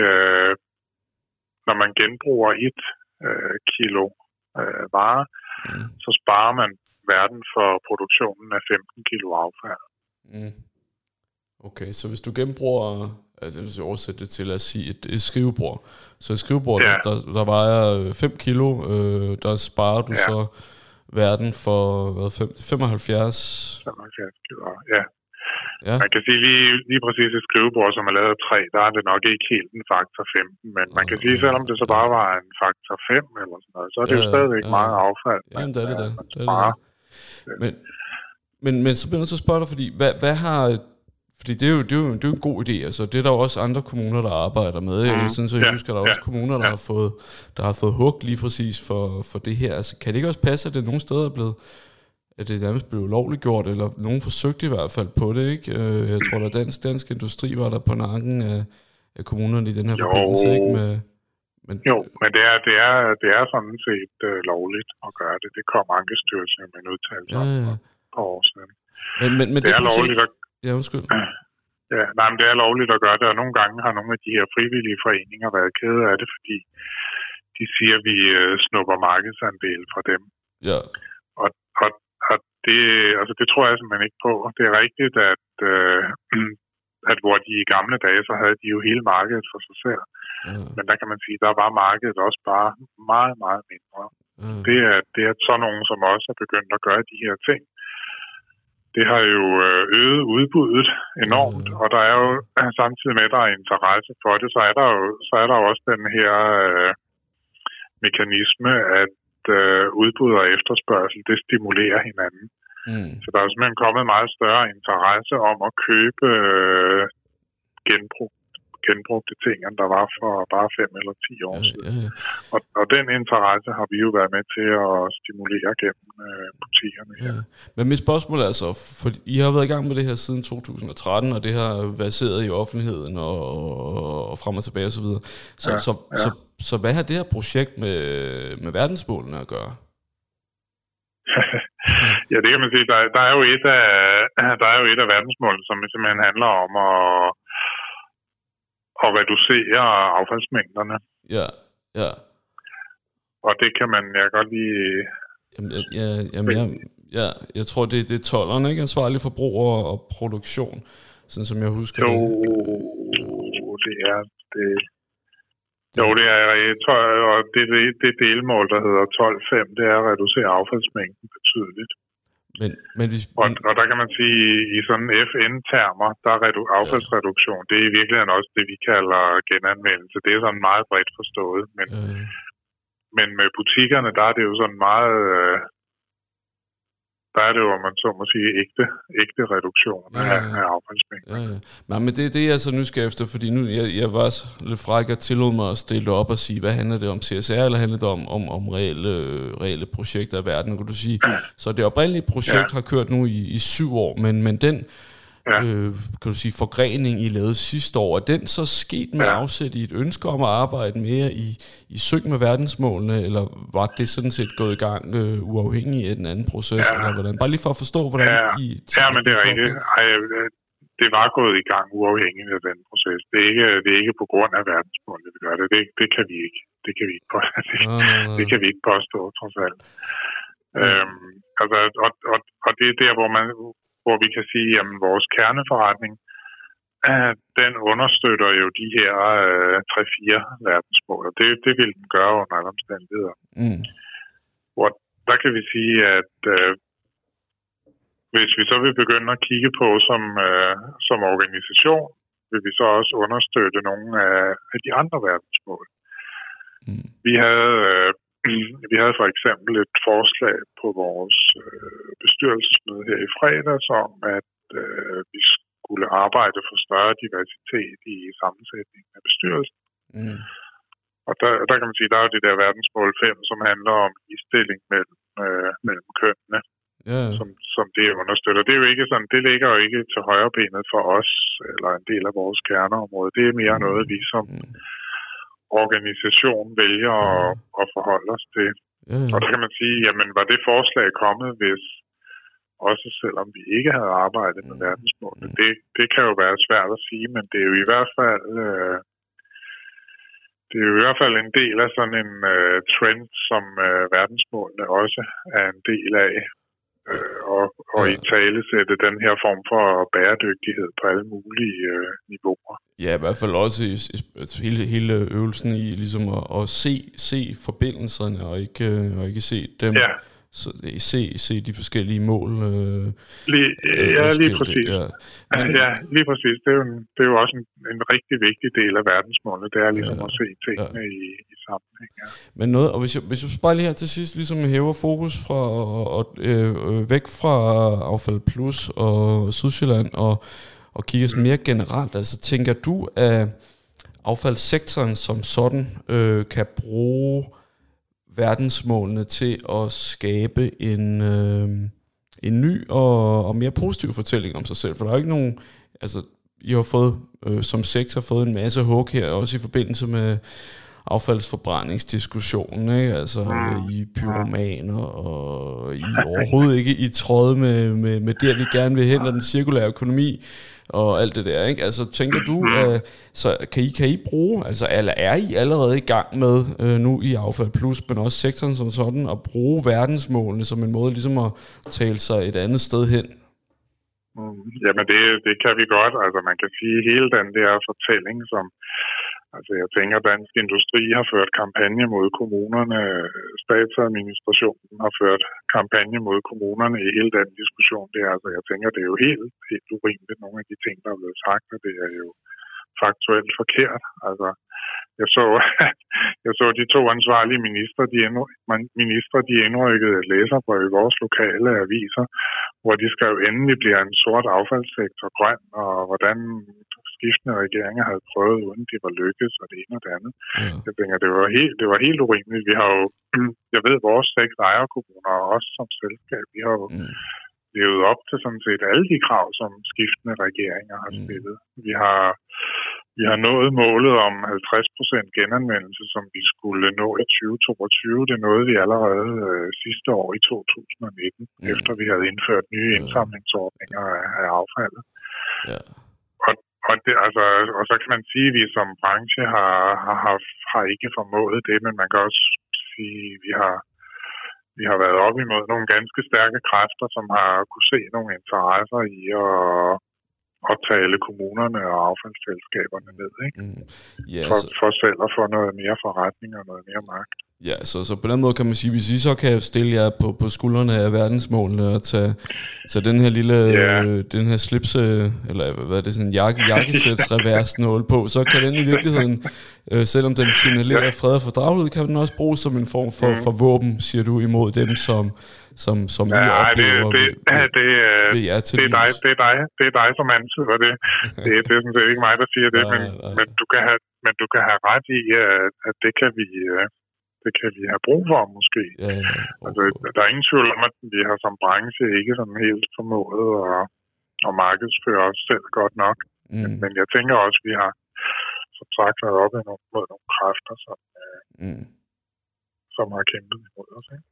når man genbruger 1 kilo varer, så sparer man verden for produktionen af 15 kilo affald. Okay, så hvis du genbruger, jeg vil oversætte det til at sige et skrivebord, så et skrivebord, der vejer 5 kilo, der sparer du så verden for 75 kilo, ja. Ja. Man kan sige lige præcis et skrivebord, som er lavet af træ, der er det nok ikke helt en faktor 15, men man kan sige, selvom det så bare var en faktor 5 eller sådan noget, så er det jo stadigvæk meget affald. Jamen, det er det da. Men så bliver jeg nødt til at spørge dig, fordi hvad har... Fordi det er jo en god idé, altså det er der jo også andre kommuner, der arbejder med. Jeg synes, at jeg husker, der er også kommuner, der har fået hug lige præcis for det her. Altså kan det ikke også passe, at det nogle steder er blevet, at det nærmest blev ulovligt gjort, eller nogen forsøgte i hvert fald på det, ikke? Jeg tror, at dansk industri var der på nakken af kommunerne i den her forbindelse, ikke? Jo, men det er sådan set lovligt at gøre det. Det kom Ankestyrelsen med en udtalelse om for år siden. Men det er lovligt at... Ja, undskyld. Ja, nej, men det er lovligt at gøre det, og nogle gange har nogle af de her frivillige foreninger været kede af det, fordi de siger, at vi snupper markedsandel fra dem. Ja. Og det tror jeg simpelthen ikke på. Det er rigtigt, at hvor de i gamle dage, så havde de jo hele markedet for sig selv. Men der kan man sige, der var markedet også bare meget, meget mindre. Det er så nogen, som også er begyndt at gøre de her ting. Det har jo øget udbuddet enormt, og der er jo samtidig med, at der er interesse for det, så er der jo også den her mekanisme, at udbud og efterspørgsel, det stimulerer hinanden. Så der er simpelthen kommet meget større interesse om at købe genbrugte ting, end der var for bare 5 eller 10 år siden. Og den interesse har vi jo været med til at stimulere gennem butikkerne her. Men mit spørgsmål er altså, for I har været i gang med det her siden 2013, og det har verseret i offentligheden og frem og tilbage osv. Så hvad har det her projekt med verdensmålene at gøre? Ja, det kan man sige. Der er jo et af verdensmålene, som simpelthen handler om at reducere affaldsmængderne. Ja. Og det kan man godt lige... Jeg tror, det er tolderne, ikke? Ansvarlig forbrug og produktion, sådan som jeg husker det. Det er det. Jo, det er og det delmål, der hedder 12.5, det er at reducere affaldsmængden betydeligt. Og der kan man sige, i sådan FN-termer, der er affaldsreduktion, det er i virkeligheden også det, vi kalder genanvendelse. Det er sådan meget bredt forstået, men med butikkerne, der er det jo sådan meget... Der er det jo, om man så må sige, ægte reduktion af affaldsmængden. Nej, men det er det, jeg så nysgerrig efter, fordi nu, jeg var lidt fræk og tillod mig at stille op og sige, hvad handler det om CSR, eller handler det om reelle projekter i verden, kunne du sige. Så det oprindelige projekt har kørt nu i 7 år, men den kan du sige, forgrening, I lavede sidste år, er den så sket med afsæt i et ønske om at arbejde mere i sync med verdensmålene, eller var det sådan set gået i gang uafhængigt af den anden proces, eller hvordan? Bare lige for at forstå, hvordan I... Ja, men det er rigtigt. Det var gået i gang uafhængigt af den proces. Det er ikke på grund af verdensmålene, vi gør det. Det kan vi ikke. Det kan vi ikke påstå. Det kan vi ikke påstå, trods alt. Og det er der, hvor vi kan sige, at vores kerneforretning, den understøtter jo de her 3-4 verdensmål, og det vil den gøre under alle omstændigheder. Hvor der kan vi sige, at hvis vi så vil begynde at kigge på som organisation, vil vi så også understøtte nogle af de andre verdensmål. Vi havde for eksempel et forslag på vores bestyrelsesmøde her i fredags om, at vi skulle arbejde for større diversitet i sammensætningen af bestyrelsen. Og der kan man sige, der er jo det der verdensmål 5, som handler om ligestilling mellem kønnene, som det understøtter. Det er jo ikke sådan, det ligger jo ikke til højre benet for os, eller en del af vores kerneområde. Det er mere noget, vi som organisation vælger at forholde os til. Og der kan man sige, jamen var det forslag kommet, hvis også selvom vi ikke havde arbejdet med verdensmålene. Det kan jo være svært at sige, men det er jo i hvert fald en del af sådan en trend, som verdensmålene også er en del af. Og i tale sætte den her form for bæredygtighed på alle mulige niveauer. Ja, i hvert fald også hele øvelsen i ligesom at se forbindelserne og ikke se dem se de forskellige mål. Lige præcis. Ja. Ja, lige præcis. Det er jo også en rigtig vigtig del af verdensmålene. Det er ligesom at se tingene i sammenhæng. Ja. Men noget, og hvis jeg bare lige her til sidst ligesom hæver fokus fra væk fra Affald Plus og Sydsjælland og kigger sådan mere generelt, altså tænker du, at affaldssektoren som sådan kan bruge verdensmålene til at skabe en ny og mere positiv fortælling om sig selv? For der er ikke nogen, altså I har fået som sektor fået en masse hug her, også i forbindelse med affaldsforbrændingsdiskussionen, ikke? Altså I pyromaner, og I overhovedet ikke i tråd med det, vi gerne vil hen, og den cirkulære økonomi, og alt det der, ikke? Altså tænker du, så kan I bruge, altså eller er I allerede i gang med nu i Affald Plus, men også sektoren som sådan, at bruge verdensmålene som en måde ligesom at tale sig et andet sted hen? Jamen det kan vi godt. Altså man kan sige hele den der fortælling, som altså jeg tænker, Dansk Industri har ført kampagne mod kommunerne, statsadministrationen har ført kampagne mod kommunerne i hele den diskussion. Det er, altså jeg tænker, det er jo helt urimeligt, nogle af de ting, der er blevet sagt, og det er jo faktuelt forkert. Altså jeg så de to ansvarlige ministre, de indrykkede et læserbrev i vores lokale aviser, hvor de skrev, endelig bliver en sort affaldssektor grøn, og hvordan skiftende regeringer havde prøvet, uden de var lykkedes, og det ene og det andet. Jeg tænker, det var helt urimeligt. Vi har jo, jeg ved, vores 6 ejerkommuner, og også som selskab, vi har jo levet op til sådan set alle de krav, som skiftende regeringer har stillet. Vi har nået målet om 50% genanvendelse, som vi skulle nå i 2022. Det nåede vi allerede sidste år i 2019, efter vi havde indført nye indsamlingsordninger af affaldet. Ja. Og så kan man sige, at vi som branche har ikke formået det, men man kan også sige, at vi har været op imod nogle ganske stærke kræfter, som har kunne se nogle interesser i at tale kommunerne og affaldsselskaberne ned, ikke? For selv at få noget mere forretning og noget mere magt. Ja, så på den måde kan man sige, hvis I så kan stille jer på skuldrene af verdensmålene og tage den her lille, den her slipse, eller hvad er det, sådan en jakkesætsreversnål på, så kan den i virkeligheden, selvom den signalerer fred og fordragelighed, kan den også bruges som en form for våben, siger du, imod dem, som I oplever ved jer til livs. Det er dig, som ansøger det. Det er sådan set ikke mig, der siger det, men du kan have ret i, at det kan vi have brug for, måske. Altså, der er ingen tvivl om, at vi har som branche ikke sådan helt formået at markedsføre os selv godt nok. Men jeg tænker også, at vi har som sagt været op mod nogle kræfter, som har kæmpet imod os. Ikke?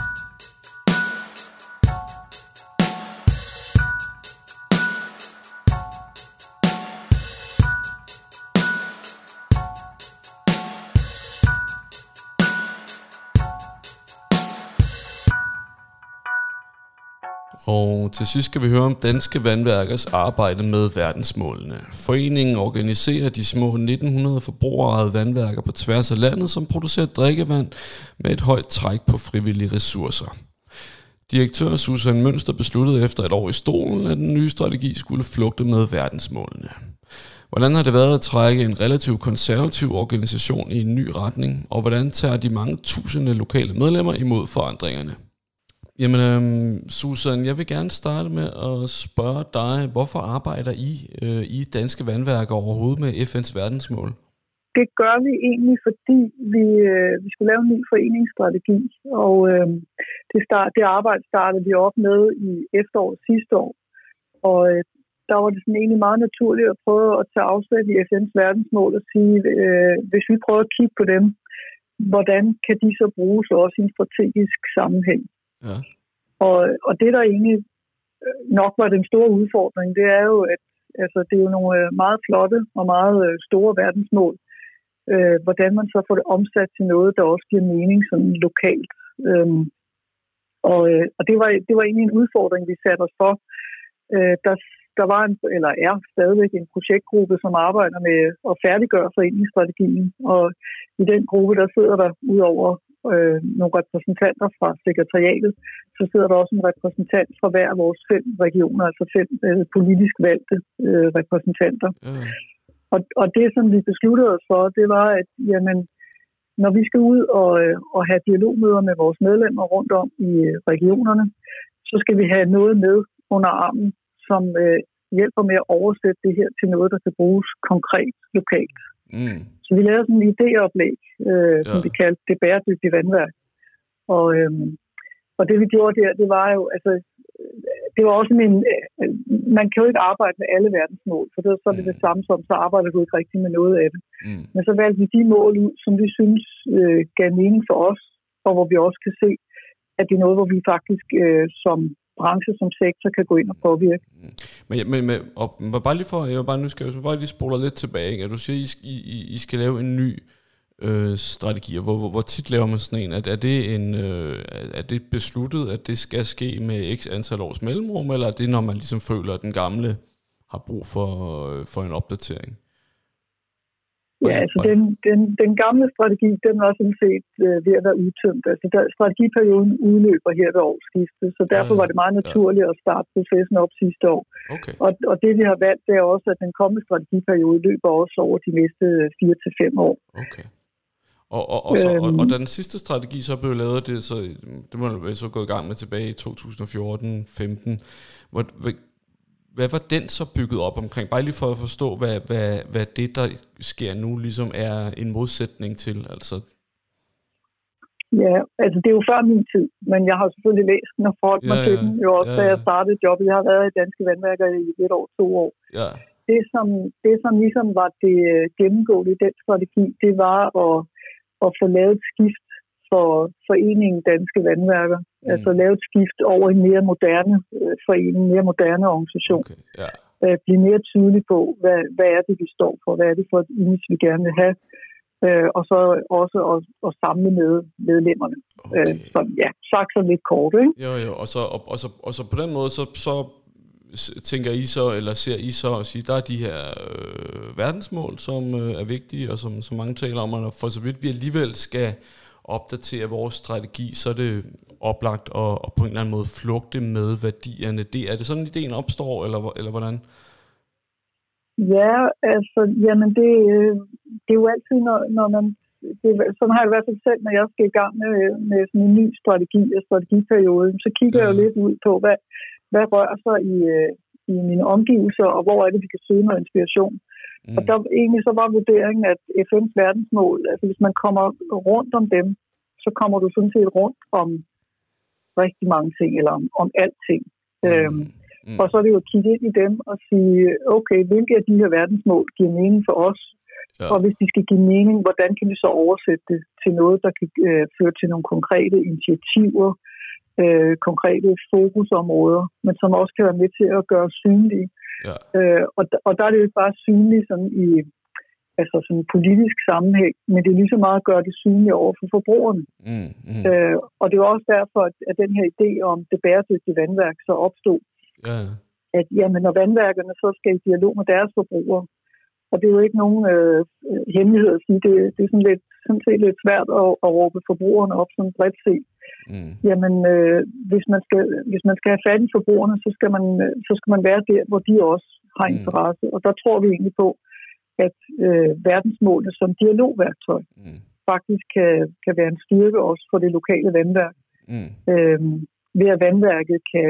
Og til sidst skal vi høre om Danske Vandværkers arbejde med verdensmålene. Foreningen organiserer de små 1900 forbrugerejede vandværker på tværs af landet, som producerer drikkevand med et højt træk på frivillige ressourcer. Direktør Susan Mønster besluttede efter et år i stolen, at den nye strategi skulle flugte med verdensmålene. Hvordan har det været at trække en relativt konservativ organisation i en ny retning, og hvordan tager de mange tusinde lokale medlemmer imod forandringerne? Jamen, Susan, jeg vil gerne starte med at spørge dig, hvorfor arbejder I Danske Vandværker overhovedet med FN's verdensmål? Det gør vi egentlig, fordi vi skulle lave en ny foreningsstrategi, og det arbejde startede vi op med i efteråret sidste år. Og der var det sådan egentlig meget naturligt at prøve at tage afsæt i FN's verdensmål og sige, hvis vi prøver at kigge på dem, hvordan kan de så bruges også i en strategisk sammenhæng? Ja. Og det, der egentlig nok var den store udfordring, det er jo, at altså, det er jo nogle meget flotte og meget store verdensmål. Hvordan man så får det omsat til noget, der også giver mening sådan lokalt. Og det var egentlig en udfordring, vi satte os for. Der var er stadigvæk en projektgruppe, som arbejder med at færdiggøre foreningsstrategien. Og i den gruppe, der sidder der udover nogle repræsentanter fra sekretariatet, så sidder der også en repræsentant fra hver af vores 5 regioner, altså 5 politisk valgte repræsentanter. Og det, som vi besluttede os for, det var, at jamen, når vi skal ud og have dialogmøder med vores medlemmer rundt om i regionerne, så skal vi have noget med under armen, som hjælper med at oversætte det her til noget, der kan bruges konkret lokalt. Så vi lavede sådan en idéoplæg, som vi kaldte det bæredygtige vandværk. Og det vi gjorde der, det var jo, altså, det var også man kan jo ikke arbejde med alle verdensmål, for så er det det samme som, så arbejder du ikke rigtig med noget af det. Men så valgte vi de mål ud, som vi synes gav mening for os, og hvor vi også kan se, at det er noget, hvor vi faktisk som branche, som sektor, kan gå ind og påvirke. Men bare lige for, jeg var bare nysgerrig, så bare lige spoler lidt tilbage, ikke? At du siger, I skal lave en ny strategi, og hvor tit laver man sådan en? Er det besluttet, at det skal ske med x antal års mellemrum, eller er det, når man ligesom føler, at den gamle har brug for en opdatering? Ja, altså den gamle strategi, den var sådan set ved at være udtømt. Altså strategiperioden udløber her ved årsskiftet, så derfor var det meget naturligt at starte processen op sidste år. Okay. Og det vi har valgt, det er også, at den kommende strategiperiode løber også over de næste 4 til 5 år. Okay. Og da den sidste strategi så blev lavet, det må man så gå i gang med tilbage i 2014-15. Hvad var den så bygget op omkring? Bare lige for at forstå, hvad det, der sker nu, ligesom er en modsætning til, altså. Ja, altså det er jo før min tid, men jeg har selvfølgelig læst den og forholdt mig til den. Jo også, da jeg startede jobbet. Jeg har været i Danske Vandværker i 1 år, 2 år. Ja. Det, som ligesom var det gennemgående i den strategi, det var at få lavet et skift for foreningen Danske Vandværker. Altså lave et skift over en mere moderne forening, mere moderne organisation. Okay, yeah. Blive mere tydelig på, hvad er det, vi står for, hvad er det for et image, vi gerne vil have, og så også at samle med medlemmerne. Okay. Som, ja, sagt så lidt kort, ikke? Jo, og så på den måde, så tænker I så, eller ser I så at sige, der er de her verdensmål, som er vigtige, og som mange taler om, og for så vidt vi alligevel skal opdatere vores strategi, så er det oplagt og på en eller anden måde flugte med værdierne. Er det sådan, ideen opstår, eller hvordan? Ja, altså, jamen det er jo altid, når man... sådan har jeg i hvert fald selv, når jeg skal i gang med sådan en ny strategi og strategiperioden, så kigger jeg jo lidt ud på, hvad rører sig i mine omgivelser, og hvor er det, vi kan søge noget inspiration. Og der egentlig så var vurderingen, at FN's verdensmål, altså hvis man kommer rundt om dem, så kommer du sådan set rundt om rigtig mange ting, eller om alting. Og så er det jo at kigge ind i dem og sige, okay, hvilke af de her verdensmål giver mening for os? Ja. Og hvis de skal give mening, hvordan kan vi så oversætte det til noget, der kan føre til nogle konkrete initiativer, konkrete fokusområder, men som også kan være med til at gøre synlige. Ja. Og der er det jo ikke bare synligt sådan i sådan politisk sammenhæng, men det er lige så meget at gøre det synligt over for forbrugerne. Og det er også derfor, at den her idé om det bæredygtige vandværk så opstod. Ja. At jamen, når vandværkerne så skal i dialog med deres forbrugere, og det er jo ikke nogen hemmelighed at sige, det er sådan set lidt svært at råbe forbrugerne op som bredt set. Jamen, hvis man skal have fat i forbrugerne, så skal man være der, hvor de også har interesse. Og der tror vi egentlig på, at verdensmålene som dialogværktøj faktisk kan være en styrke også for det lokale vandværk. Ved at vandværket kan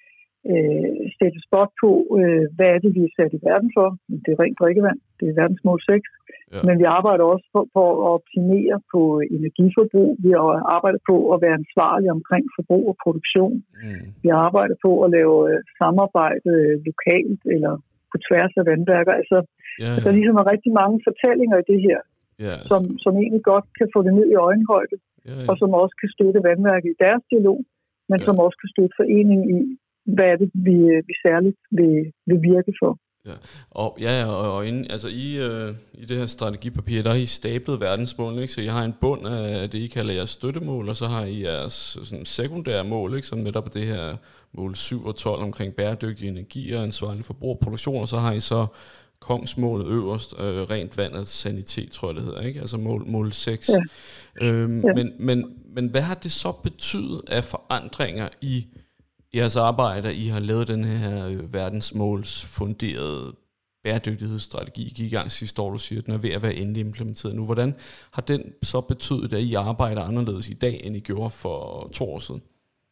sætte spot på, hvad er det, vi er sat i verden for. Det er rent drikkevand, det er verdensmål 6. Ja. Men vi arbejder også på at optimere på energiforbrug. Vi arbejder på at være ansvarlige omkring forbrug og produktion. Vi arbejder på at lave samarbejde lokalt eller på tværs af vandværker. Altså, der er ligesom rigtig mange fortællinger i det her, som egentlig godt kan få det ned i øjenhøjde, og som også kan støtte vandværket i deres dialog, men som også kan støtte foreningen i, hvad er det, vi særligt vil virke for. Ja, og altså i det her strategipapir, der har I stablet verdensmål, ikke? Så I har en bund af det, I kalder jeres støttemål, og så har I jeres sådan sekundære mål, ikke? Som netop det her mål 7 og 12 omkring bæredygtig energi og ansvarlig forbrug og produktion, og så har I så kongsmålet øverst, rent vand og sanitet, tror jeg det hedder, ikke? Altså mål 6. Ja. Men hvad har det så betydet af forandringer i jeres arbejde? I har lavet den her verdensmålsfunderede bæredygtighedsstrategi, gik i gang sidste år, du siger, at den er ved at være endelig implementeret nu. Hvordan har den så betydet, at I arbejder anderledes i dag, end I gjorde for 2 år siden?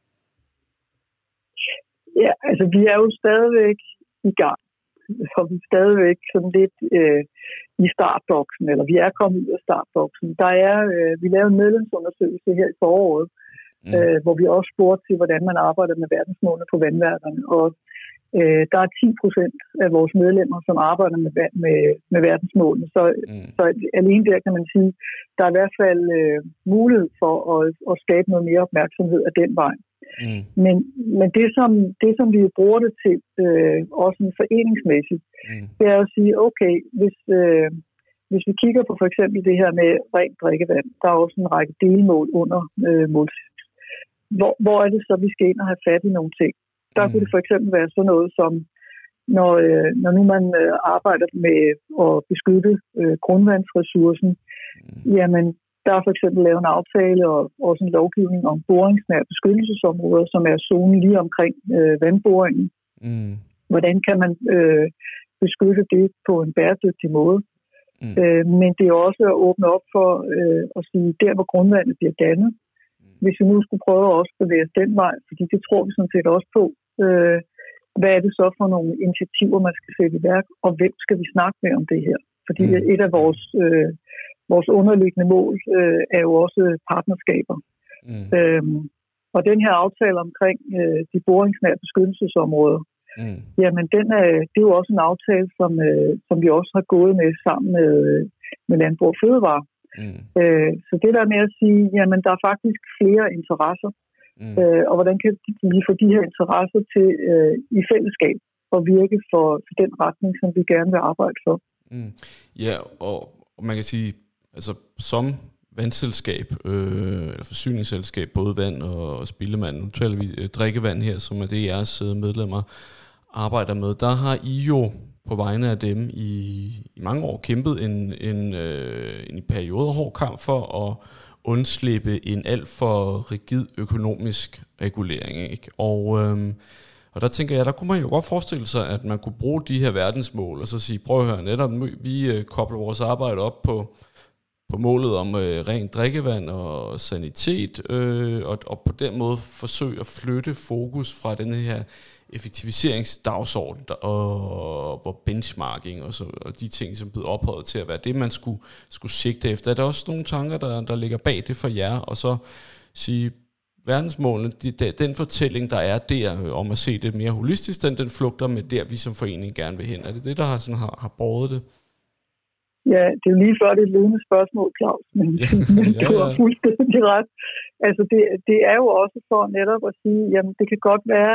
Ja, altså vi er jo stadigvæk i gang. Så vi er stadigvæk sådan lidt i startboksen, eller vi er kommet ud af startboksen. Vi lavede en medlemsundersøgelse her i foråret, hvor vi også spurgte til, hvordan man arbejder med verdensmålene på vandværkerne. Og der er 10% af vores medlemmer, som arbejder med verdensmålene. Så alene der kan man sige, der er i hvert fald mulighed for at skabe noget mere opmærksomhed af den vej. Men det, som vi bruger det til, også foreningsmæssigt, det er at sige, okay, hvis vi kigger på for eksempel det her med rent drikkevand, der er også en række delmål under mål 6. Hvor er det så, vi skal ind og have fat i nogle ting? Der kunne det for eksempel være sådan noget som, når nu man arbejder med at beskytte grundvandsressourcen, jamen der er for eksempel lavet en aftale og også en lovgivning om boringsnære beskyttelsesområder, som er zonen lige omkring vandboringen. Hvordan kan man beskytte det på en bæredygtig måde? Men det er også at åbne op for at sige, der hvor grundvandet bliver dannet, hvis vi nu skulle prøve at også bevæge os den vej, fordi det tror vi sådan set også på. Hvad er det så for nogle initiativer, man skal sætte i værk, og hvem skal vi snakke med om det her? Fordi et af vores underliggende mål er jo også partnerskaber. Og den her aftale omkring de boringsnære beskyttelsesområder, jamen det er jo også en aftale, som vi også har gået med sammen med Landbrug og Fødevare. Så det der med at sige, jamen der er faktisk flere interesser, og hvordan kan vi få de her interesser til i fællesskab og virke for den retning, som vi gerne vil arbejde for. Ja, og man kan sige, altså som vandselskab, eller forsyningsselskab, både vand og spildevand, nu taler vi drikkevand her, som er det jeres medlemmer arbejder med, der har I jo på vegne af dem i mange år kæmpet en periode hård kamp for at undslippe en alt for rigid økonomisk regulering, ikke? Og der tænker jeg, der kunne man jo godt forestille sig, at man kunne bruge de her verdensmål og så sige, prøv at høre, netop vi kobler vores arbejde op på målet om rent drikkevand og sanitet, og på den måde forsøge at flytte fokus fra den her effektiviseringsdagsorden og hvor benchmarking og de ting, som er blevet ophøjet til at være det, man skulle sigte efter. Er der også nogle tanker, der ligger bag det for jer, og så sige, verdensmålene, den fortælling, der er der om at se det mere holistisk, den flugter med der, vi som forening gerne vil hen. Er det det, der har båret det? Ja, det er jo lige før det er et ledende spørgsmål, Claus, men du har fuldstændig ret. Altså det er jo også for netop at sige, jamen det kan godt være,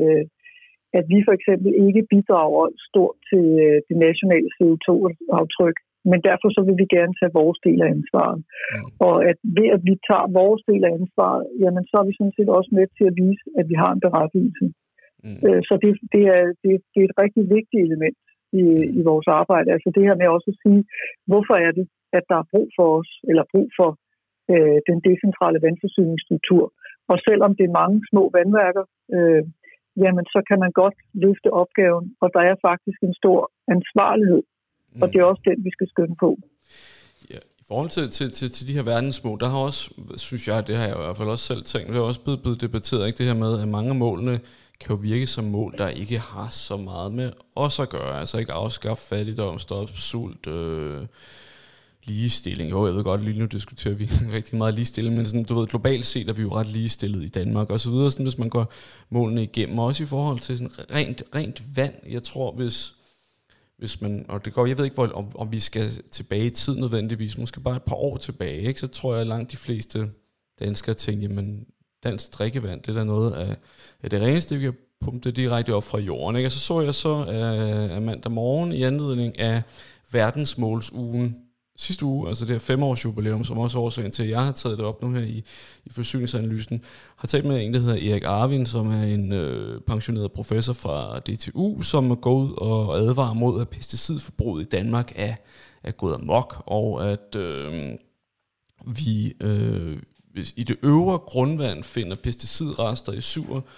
at vi for eksempel ikke bidrager stort til det nationale CO2-aftryk, men derfor så vil vi gerne tage vores del af ansvaret. Og at ved at vi tager vores del af ansvaret, jamen så er vi sådan set også med til at vise, at vi har en berettigelse. Så det er et rigtig vigtigt element i vores arbejde. Altså det her med også at sige, hvorfor er det, at der er brug for os, eller brug for den decentrale vandforsyningsstruktur. Og selvom det er mange små vandværker, jamen så kan man godt løfte opgaven, og der er faktisk en stor ansvarlighed, og det er også den, vi skal skynde på. Ja, i forhold til de her verdensmål, der har også, synes jeg, det har jeg i hvert fald også selv tænkt, det er også blevet debatteret, ikke? Det her med, at mange af målene kan jo virke som mål, der ikke har så meget med os at gøre, altså ikke afskaffe fattigdom, stoppe sult, ligestilling. Jo, jeg ved godt, lige nu diskuterer vi rigtig meget ligestilling, men sådan, du ved, globalt set er vi jo ret ligestillet i Danmark og så videre, sådan, hvis man går målene igennem, også i forhold til sådan rent vand. Jeg tror, hvis man, og det går, jeg ved ikke, om vi skal tilbage i tid nødvendigvis, måske bare et par år tilbage, ikke? Så tror jeg, at langt de fleste danskere tænker, jamen, dansk drikkevand, det er der noget af det reneste, vi kan pumpe det direkte op fra jorden, ikke? Og så jeg så mandag morgen i anledning af verdensmålsugen sidste uge, altså det her 5-års jubilæum, som også er årsagen til, at jeg har taget det op nu her i forsyningsanalysen, har talt med en, der hedder Erik Arvin, som er en pensioneret professor fra DTU, som går ud og advarer mod, at pesticidforbruget i Danmark er gået amok, og at vi i det øvre grundvand finder pesticidrester i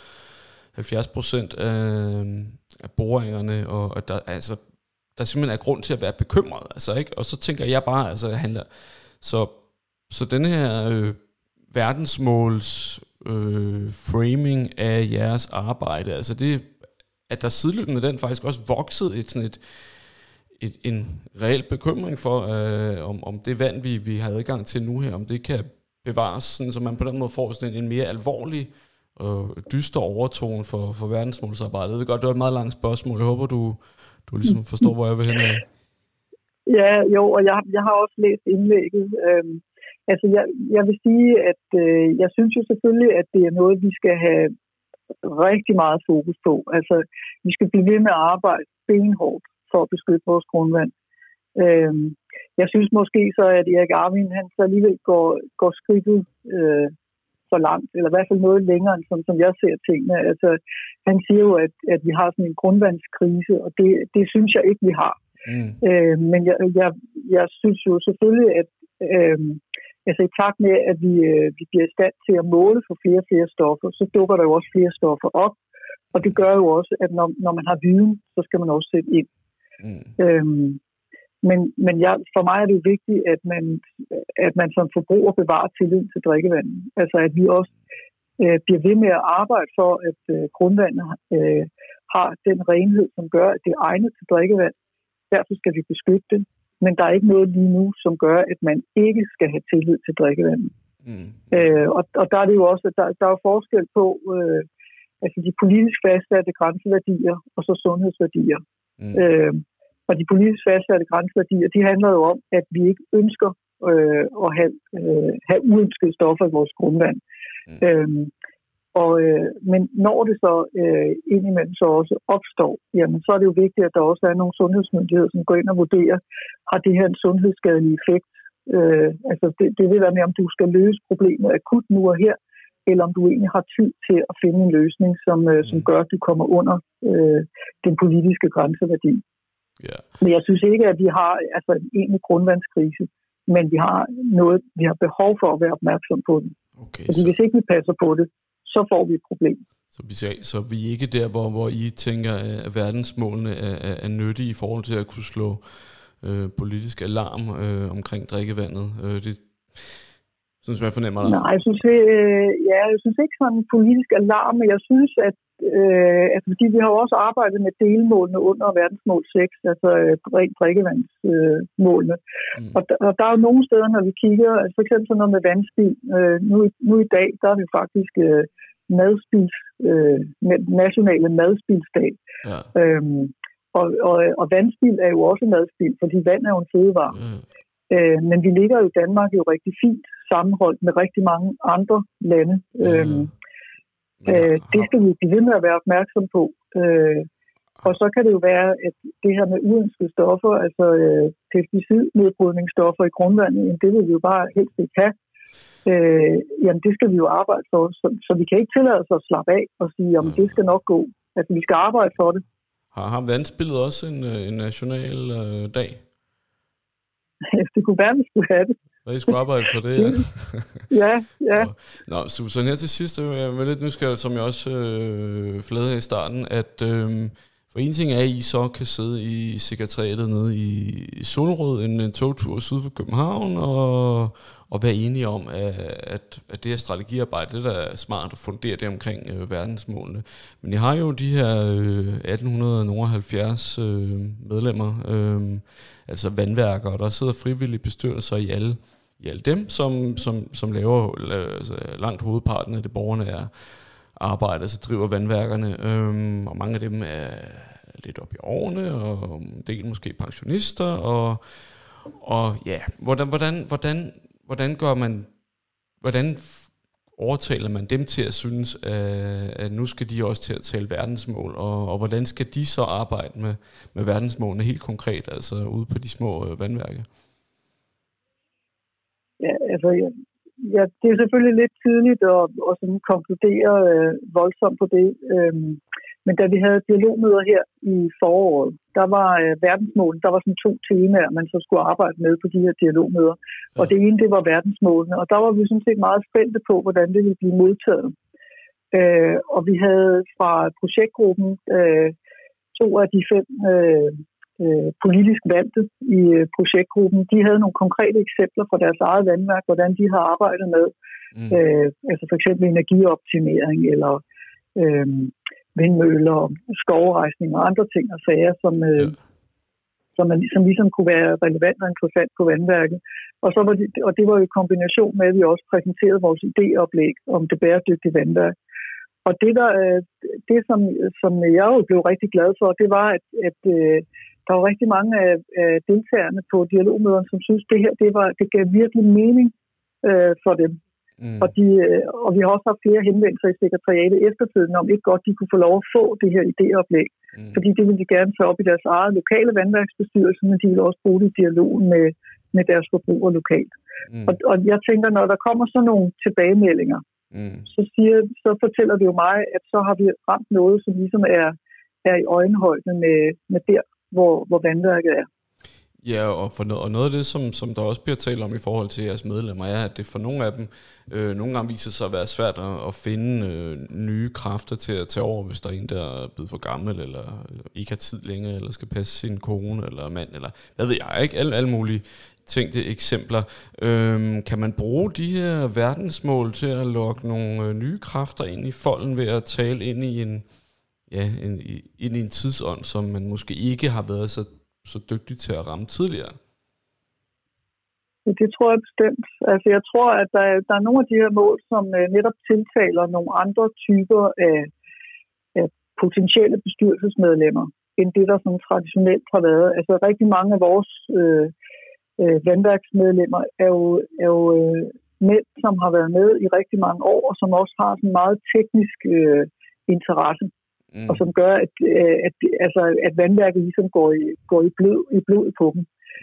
77% af boringerne, og at der simpelthen er grund til at være bekymret, altså, ikke? Og så tænker jeg bare, altså, så den her verdensmåls framing af jeres arbejde, altså det, at der sideløbende den faktisk også voksede en reel bekymring for, om det vand, vi har adgang til nu her, om det kan bevares, sådan, så man på den måde får sådan en mere alvorlig dyster overtone for verdensmålsarbejdet. Jeg ved godt, det var et meget langt spørgsmål. Jeg håber, du ligesom forstår, hvor jeg vil hen af. Ja, jo, og jeg har også læst indlægget. Altså, jeg vil sige, at jeg synes jo selvfølgelig, at det er noget, vi skal have rigtig meget fokus på. Altså, vi skal blive ved med at arbejde benhårdt for at beskytte vores grundvand. Jeg synes måske så, at Erik Arvin, han så alligevel går skridtet for langt, eller i hvert fald noget længere, end som jeg ser tingene. Altså, han siger jo, at vi har sådan en grundvandskrise, og det synes jeg ikke, vi har. Men jeg synes jo selvfølgelig, at altså i takt med, at vi bliver i stand til at måle for flere og flere stoffer, så dukker der jo også flere stoffer op, og det gør jo også, at når man har viden, så skal man også sætte ind. Men for mig er det jo vigtigt, at man som forbruger bevarer tillid til drikkevandet. Altså at vi også bliver ved med at arbejde for, at grundvandet har den renhed, som gør, at det er egnet til drikkevand. Derfor skal vi beskytte det. Men der er ikke noget lige nu, som gør, at man ikke skal have tillid til drikkevandet. Og der er det jo også, at der er forskel på altså de politisk fastsatte grænseværdier og så sundhedsværdier. Og de politisk fastsatte grænseværdier, de handler jo om, at vi ikke ønsker at have uønskede stoffer i vores grundvand. Men når det så indimellem så også opstår, jamen så er det jo vigtigt, at der også er nogle sundhedsmyndigheder, som går ind og vurderer, har det her en sundhedsskadelig effekt? Altså det vil være med, om du skal løse problemet akut nu og her, eller om du egentlig har tid til at finde en løsning, som gør, at du kommer under den politiske grænseværdi. Yeah. Men jeg synes ikke, at vi har altså en egentlig grundvandskrise, men vi har behov for at være opmærksom på den. Okay, fordi hvis ikke vi passer på det, så får vi et problem. Så vi er ikke der, hvor I tænker, at verdensmålene er nyttige i forhold til at kunne slå politisk alarm omkring drikkevandet. Det synes jeg fornemmer dig. Nej, jeg synes ikke sådan en politisk alarm, men jeg synes, at fordi vi har også arbejdet med delmålene under verdensmål 6, altså rent drikkevandsmålene. Og der er jo nogle steder, når vi kigger, altså for eksempel sådan noget med vandspild. Nu i dag, der er vi faktisk nationale madspildsdag. Ja. Og vandspild er jo også madspild, fordi vand er jo en fødevare. Men vi ligger jo i Danmark jo rigtig fint sammenholdt med rigtig mange andre lande. Det skal vi blive ved med at være opmærksom på. Og så kan det jo være, at det her med uønskede stoffer, altså pesticidnedbrydningsstoffer i grundvandet, det vil vi jo bare helst ikke have. Jamen det skal vi jo arbejde for, så vi kan ikke tillade os at slappe af og sige, jamen det skal nok gå. Altså vi skal arbejde for det. Har vandspillet også en national dag? Det kunne være, at vi skulle have det. Og I skulle arbejde for det, ja. Ja. Nå, Susan, her til sidst, jeg er lidt nysgerrig, som jeg også flade i starten, at for en ting er, at I så kan sidde i sekretariatet nede i Solrød, en togtur syd for København, og være enige om, at det her strategiarbejde, det der er smart at fundere det omkring verdensmålene. Men I har jo de her 1870 medlemmer, altså vandværker, og der sidder frivillige bestyrelser i alle dem, som laver altså, langt hovedparten af det borgerne er arbejder, så driver vandværkerne, og mange af dem er lidt op i årene, og en del måske pensionister, og ja, hvordan overtaler man dem til at synes, at nu skal de også til at tale verdensmål, og hvordan skal de så arbejde med verdensmålene helt konkret, altså ude på de små vandværker? det er selvfølgelig lidt tidligt at sådan konkludere voldsomt på det. Men da vi havde dialogmøder her i foråret, der var verdensmålene, der var sådan 2 temaer, man så skulle arbejde med på de her dialogmøder. Og det ene, det var verdensmålene, og der var vi sådan set meget spændte på, hvordan det ville blive modtaget. Og vi havde fra projektgruppen 2 af de 5 politisk valgte i projektgruppen, de havde nogle konkrete eksempler fra deres eget vandværk, hvordan de har arbejdet med, altså for eksempel energioptimering eller vindmøller, skovrejsning og andre ting og sager, som ligesom kunne være relevant og interessant på vandværket. Og det var jo i kombination med, at vi også præsenterede vores idéoplæg om det bæredygtige vandværk. Og det som jeg jo blev rigtig glad for, det var, at der var rigtig mange af deltagerne på dialogmøderne, som synes, det her det gav virkelig mening for dem. Og vi har også haft flere henvendelser i sekretariatet eftertiden, om ikke godt de kunne få lov at få det her idéoplæg. Fordi det ville de gerne tage op i deres eget lokale vandværksbestyrelse, men de ville også bruge det i dialogen med deres forbrugere lokalt. Og jeg tænker, når der kommer sådan nogle tilbagemeldinger, så fortæller det jo mig, at så har vi ramt noget, som ligesom er i øjenhøjde med der, hvor vandværket er. Ja, og noget af det, som der også bliver talt om i forhold til jeres medlemmer, er, at det for nogle af dem nogle gange viser sig at være svært at finde nye kræfter til at tage over, hvis der er en, der er blevet for gammel, eller ikke har tid længere, eller skal passe sin kone, eller mand, eller hvad ved jeg, ikke? Alle mulige tænkte eksempler. Kan man bruge de her verdensmål til at lokke nogle nye kræfter ind i folden ved at tale ind i en tidsånd, som man måske ikke har været så dygtig til at ramme tidligere? Det tror jeg bestemt. Altså jeg tror, at der er nogle af de her mål, som netop tiltaler nogle andre typer af potentielle bestyrelsesmedlemmer, end det, der sådan traditionelt har været. Altså rigtig mange af vores vandværksmedlemmer er jo mænd, som har været med i rigtig mange år, og som også har sådan meget teknisk interesse. Og som gør, at vandværket ligesom går i blod på dem.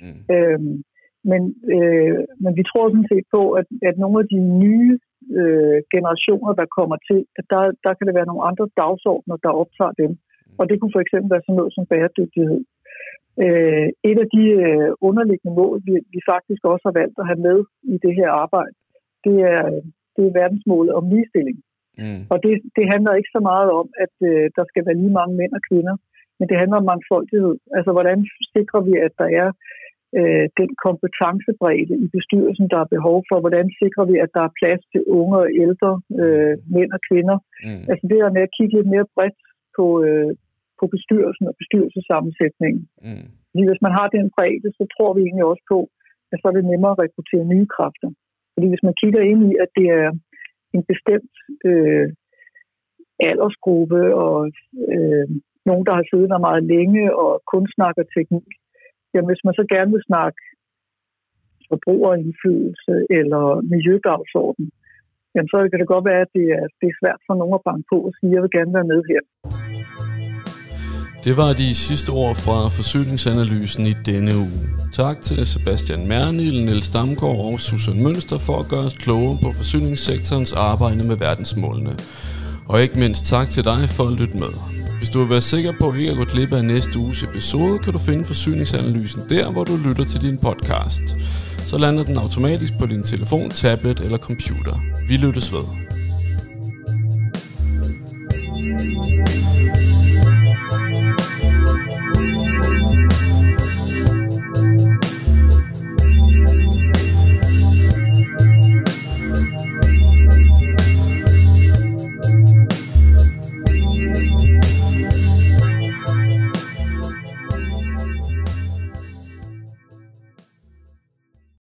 Men vi tror sådan set på, at nogle af de nye generationer, der kommer til, at der kan det være nogle andre dagsordner, der optager dem. Og det kunne for eksempel være sådan noget som bæredygtighed. Et af de underliggende mål, vi faktisk også har valgt at have med i det her arbejde, det er verdensmålet om ligestilling. Og det handler ikke så meget om, at der skal være lige mange mænd og kvinder, men det handler om mangfoldighed. Altså, hvordan sikrer vi, at der er den kompetencebredde i bestyrelsen, der er behov for? Hvordan sikrer vi, at der er plads til unge og ældre mænd og kvinder? Altså, det er med at kigge lidt mere bredt på bestyrelsen og bestyrelsessammensætningen. Fordi hvis man har den bredde, så tror vi egentlig også på, at så er det nemmere at rekruttere nye kræfter. Fordi hvis man kigger ind i, at det er en bestemt aldersgruppe og nogen, der har siddet der meget længe og kun snakker teknik. Jamen, hvis man så gerne vil snakke forbrugerindflydelse eller miljødagsorden, jamen, så kan det godt være, at det er svært for nogen at banke på og sige, at jeg vil gerne være med her. Det var de sidste ord fra forsyningsanalysen i denne uge. Tak til Sebastian Mernil, Niels Damgaard og Susan Mønster for at gøre os klogere på forsyningssektorens arbejde med verdensmålene. Og ikke mindst tak til dig for at lytte med. Hvis du vil være sikker på ikke at gå glip af næste uges episode, kan du finde forsyningsanalysen der, hvor du lytter til din podcast. Så lander den automatisk på din telefon, tablet eller computer. Vi lyttes ved.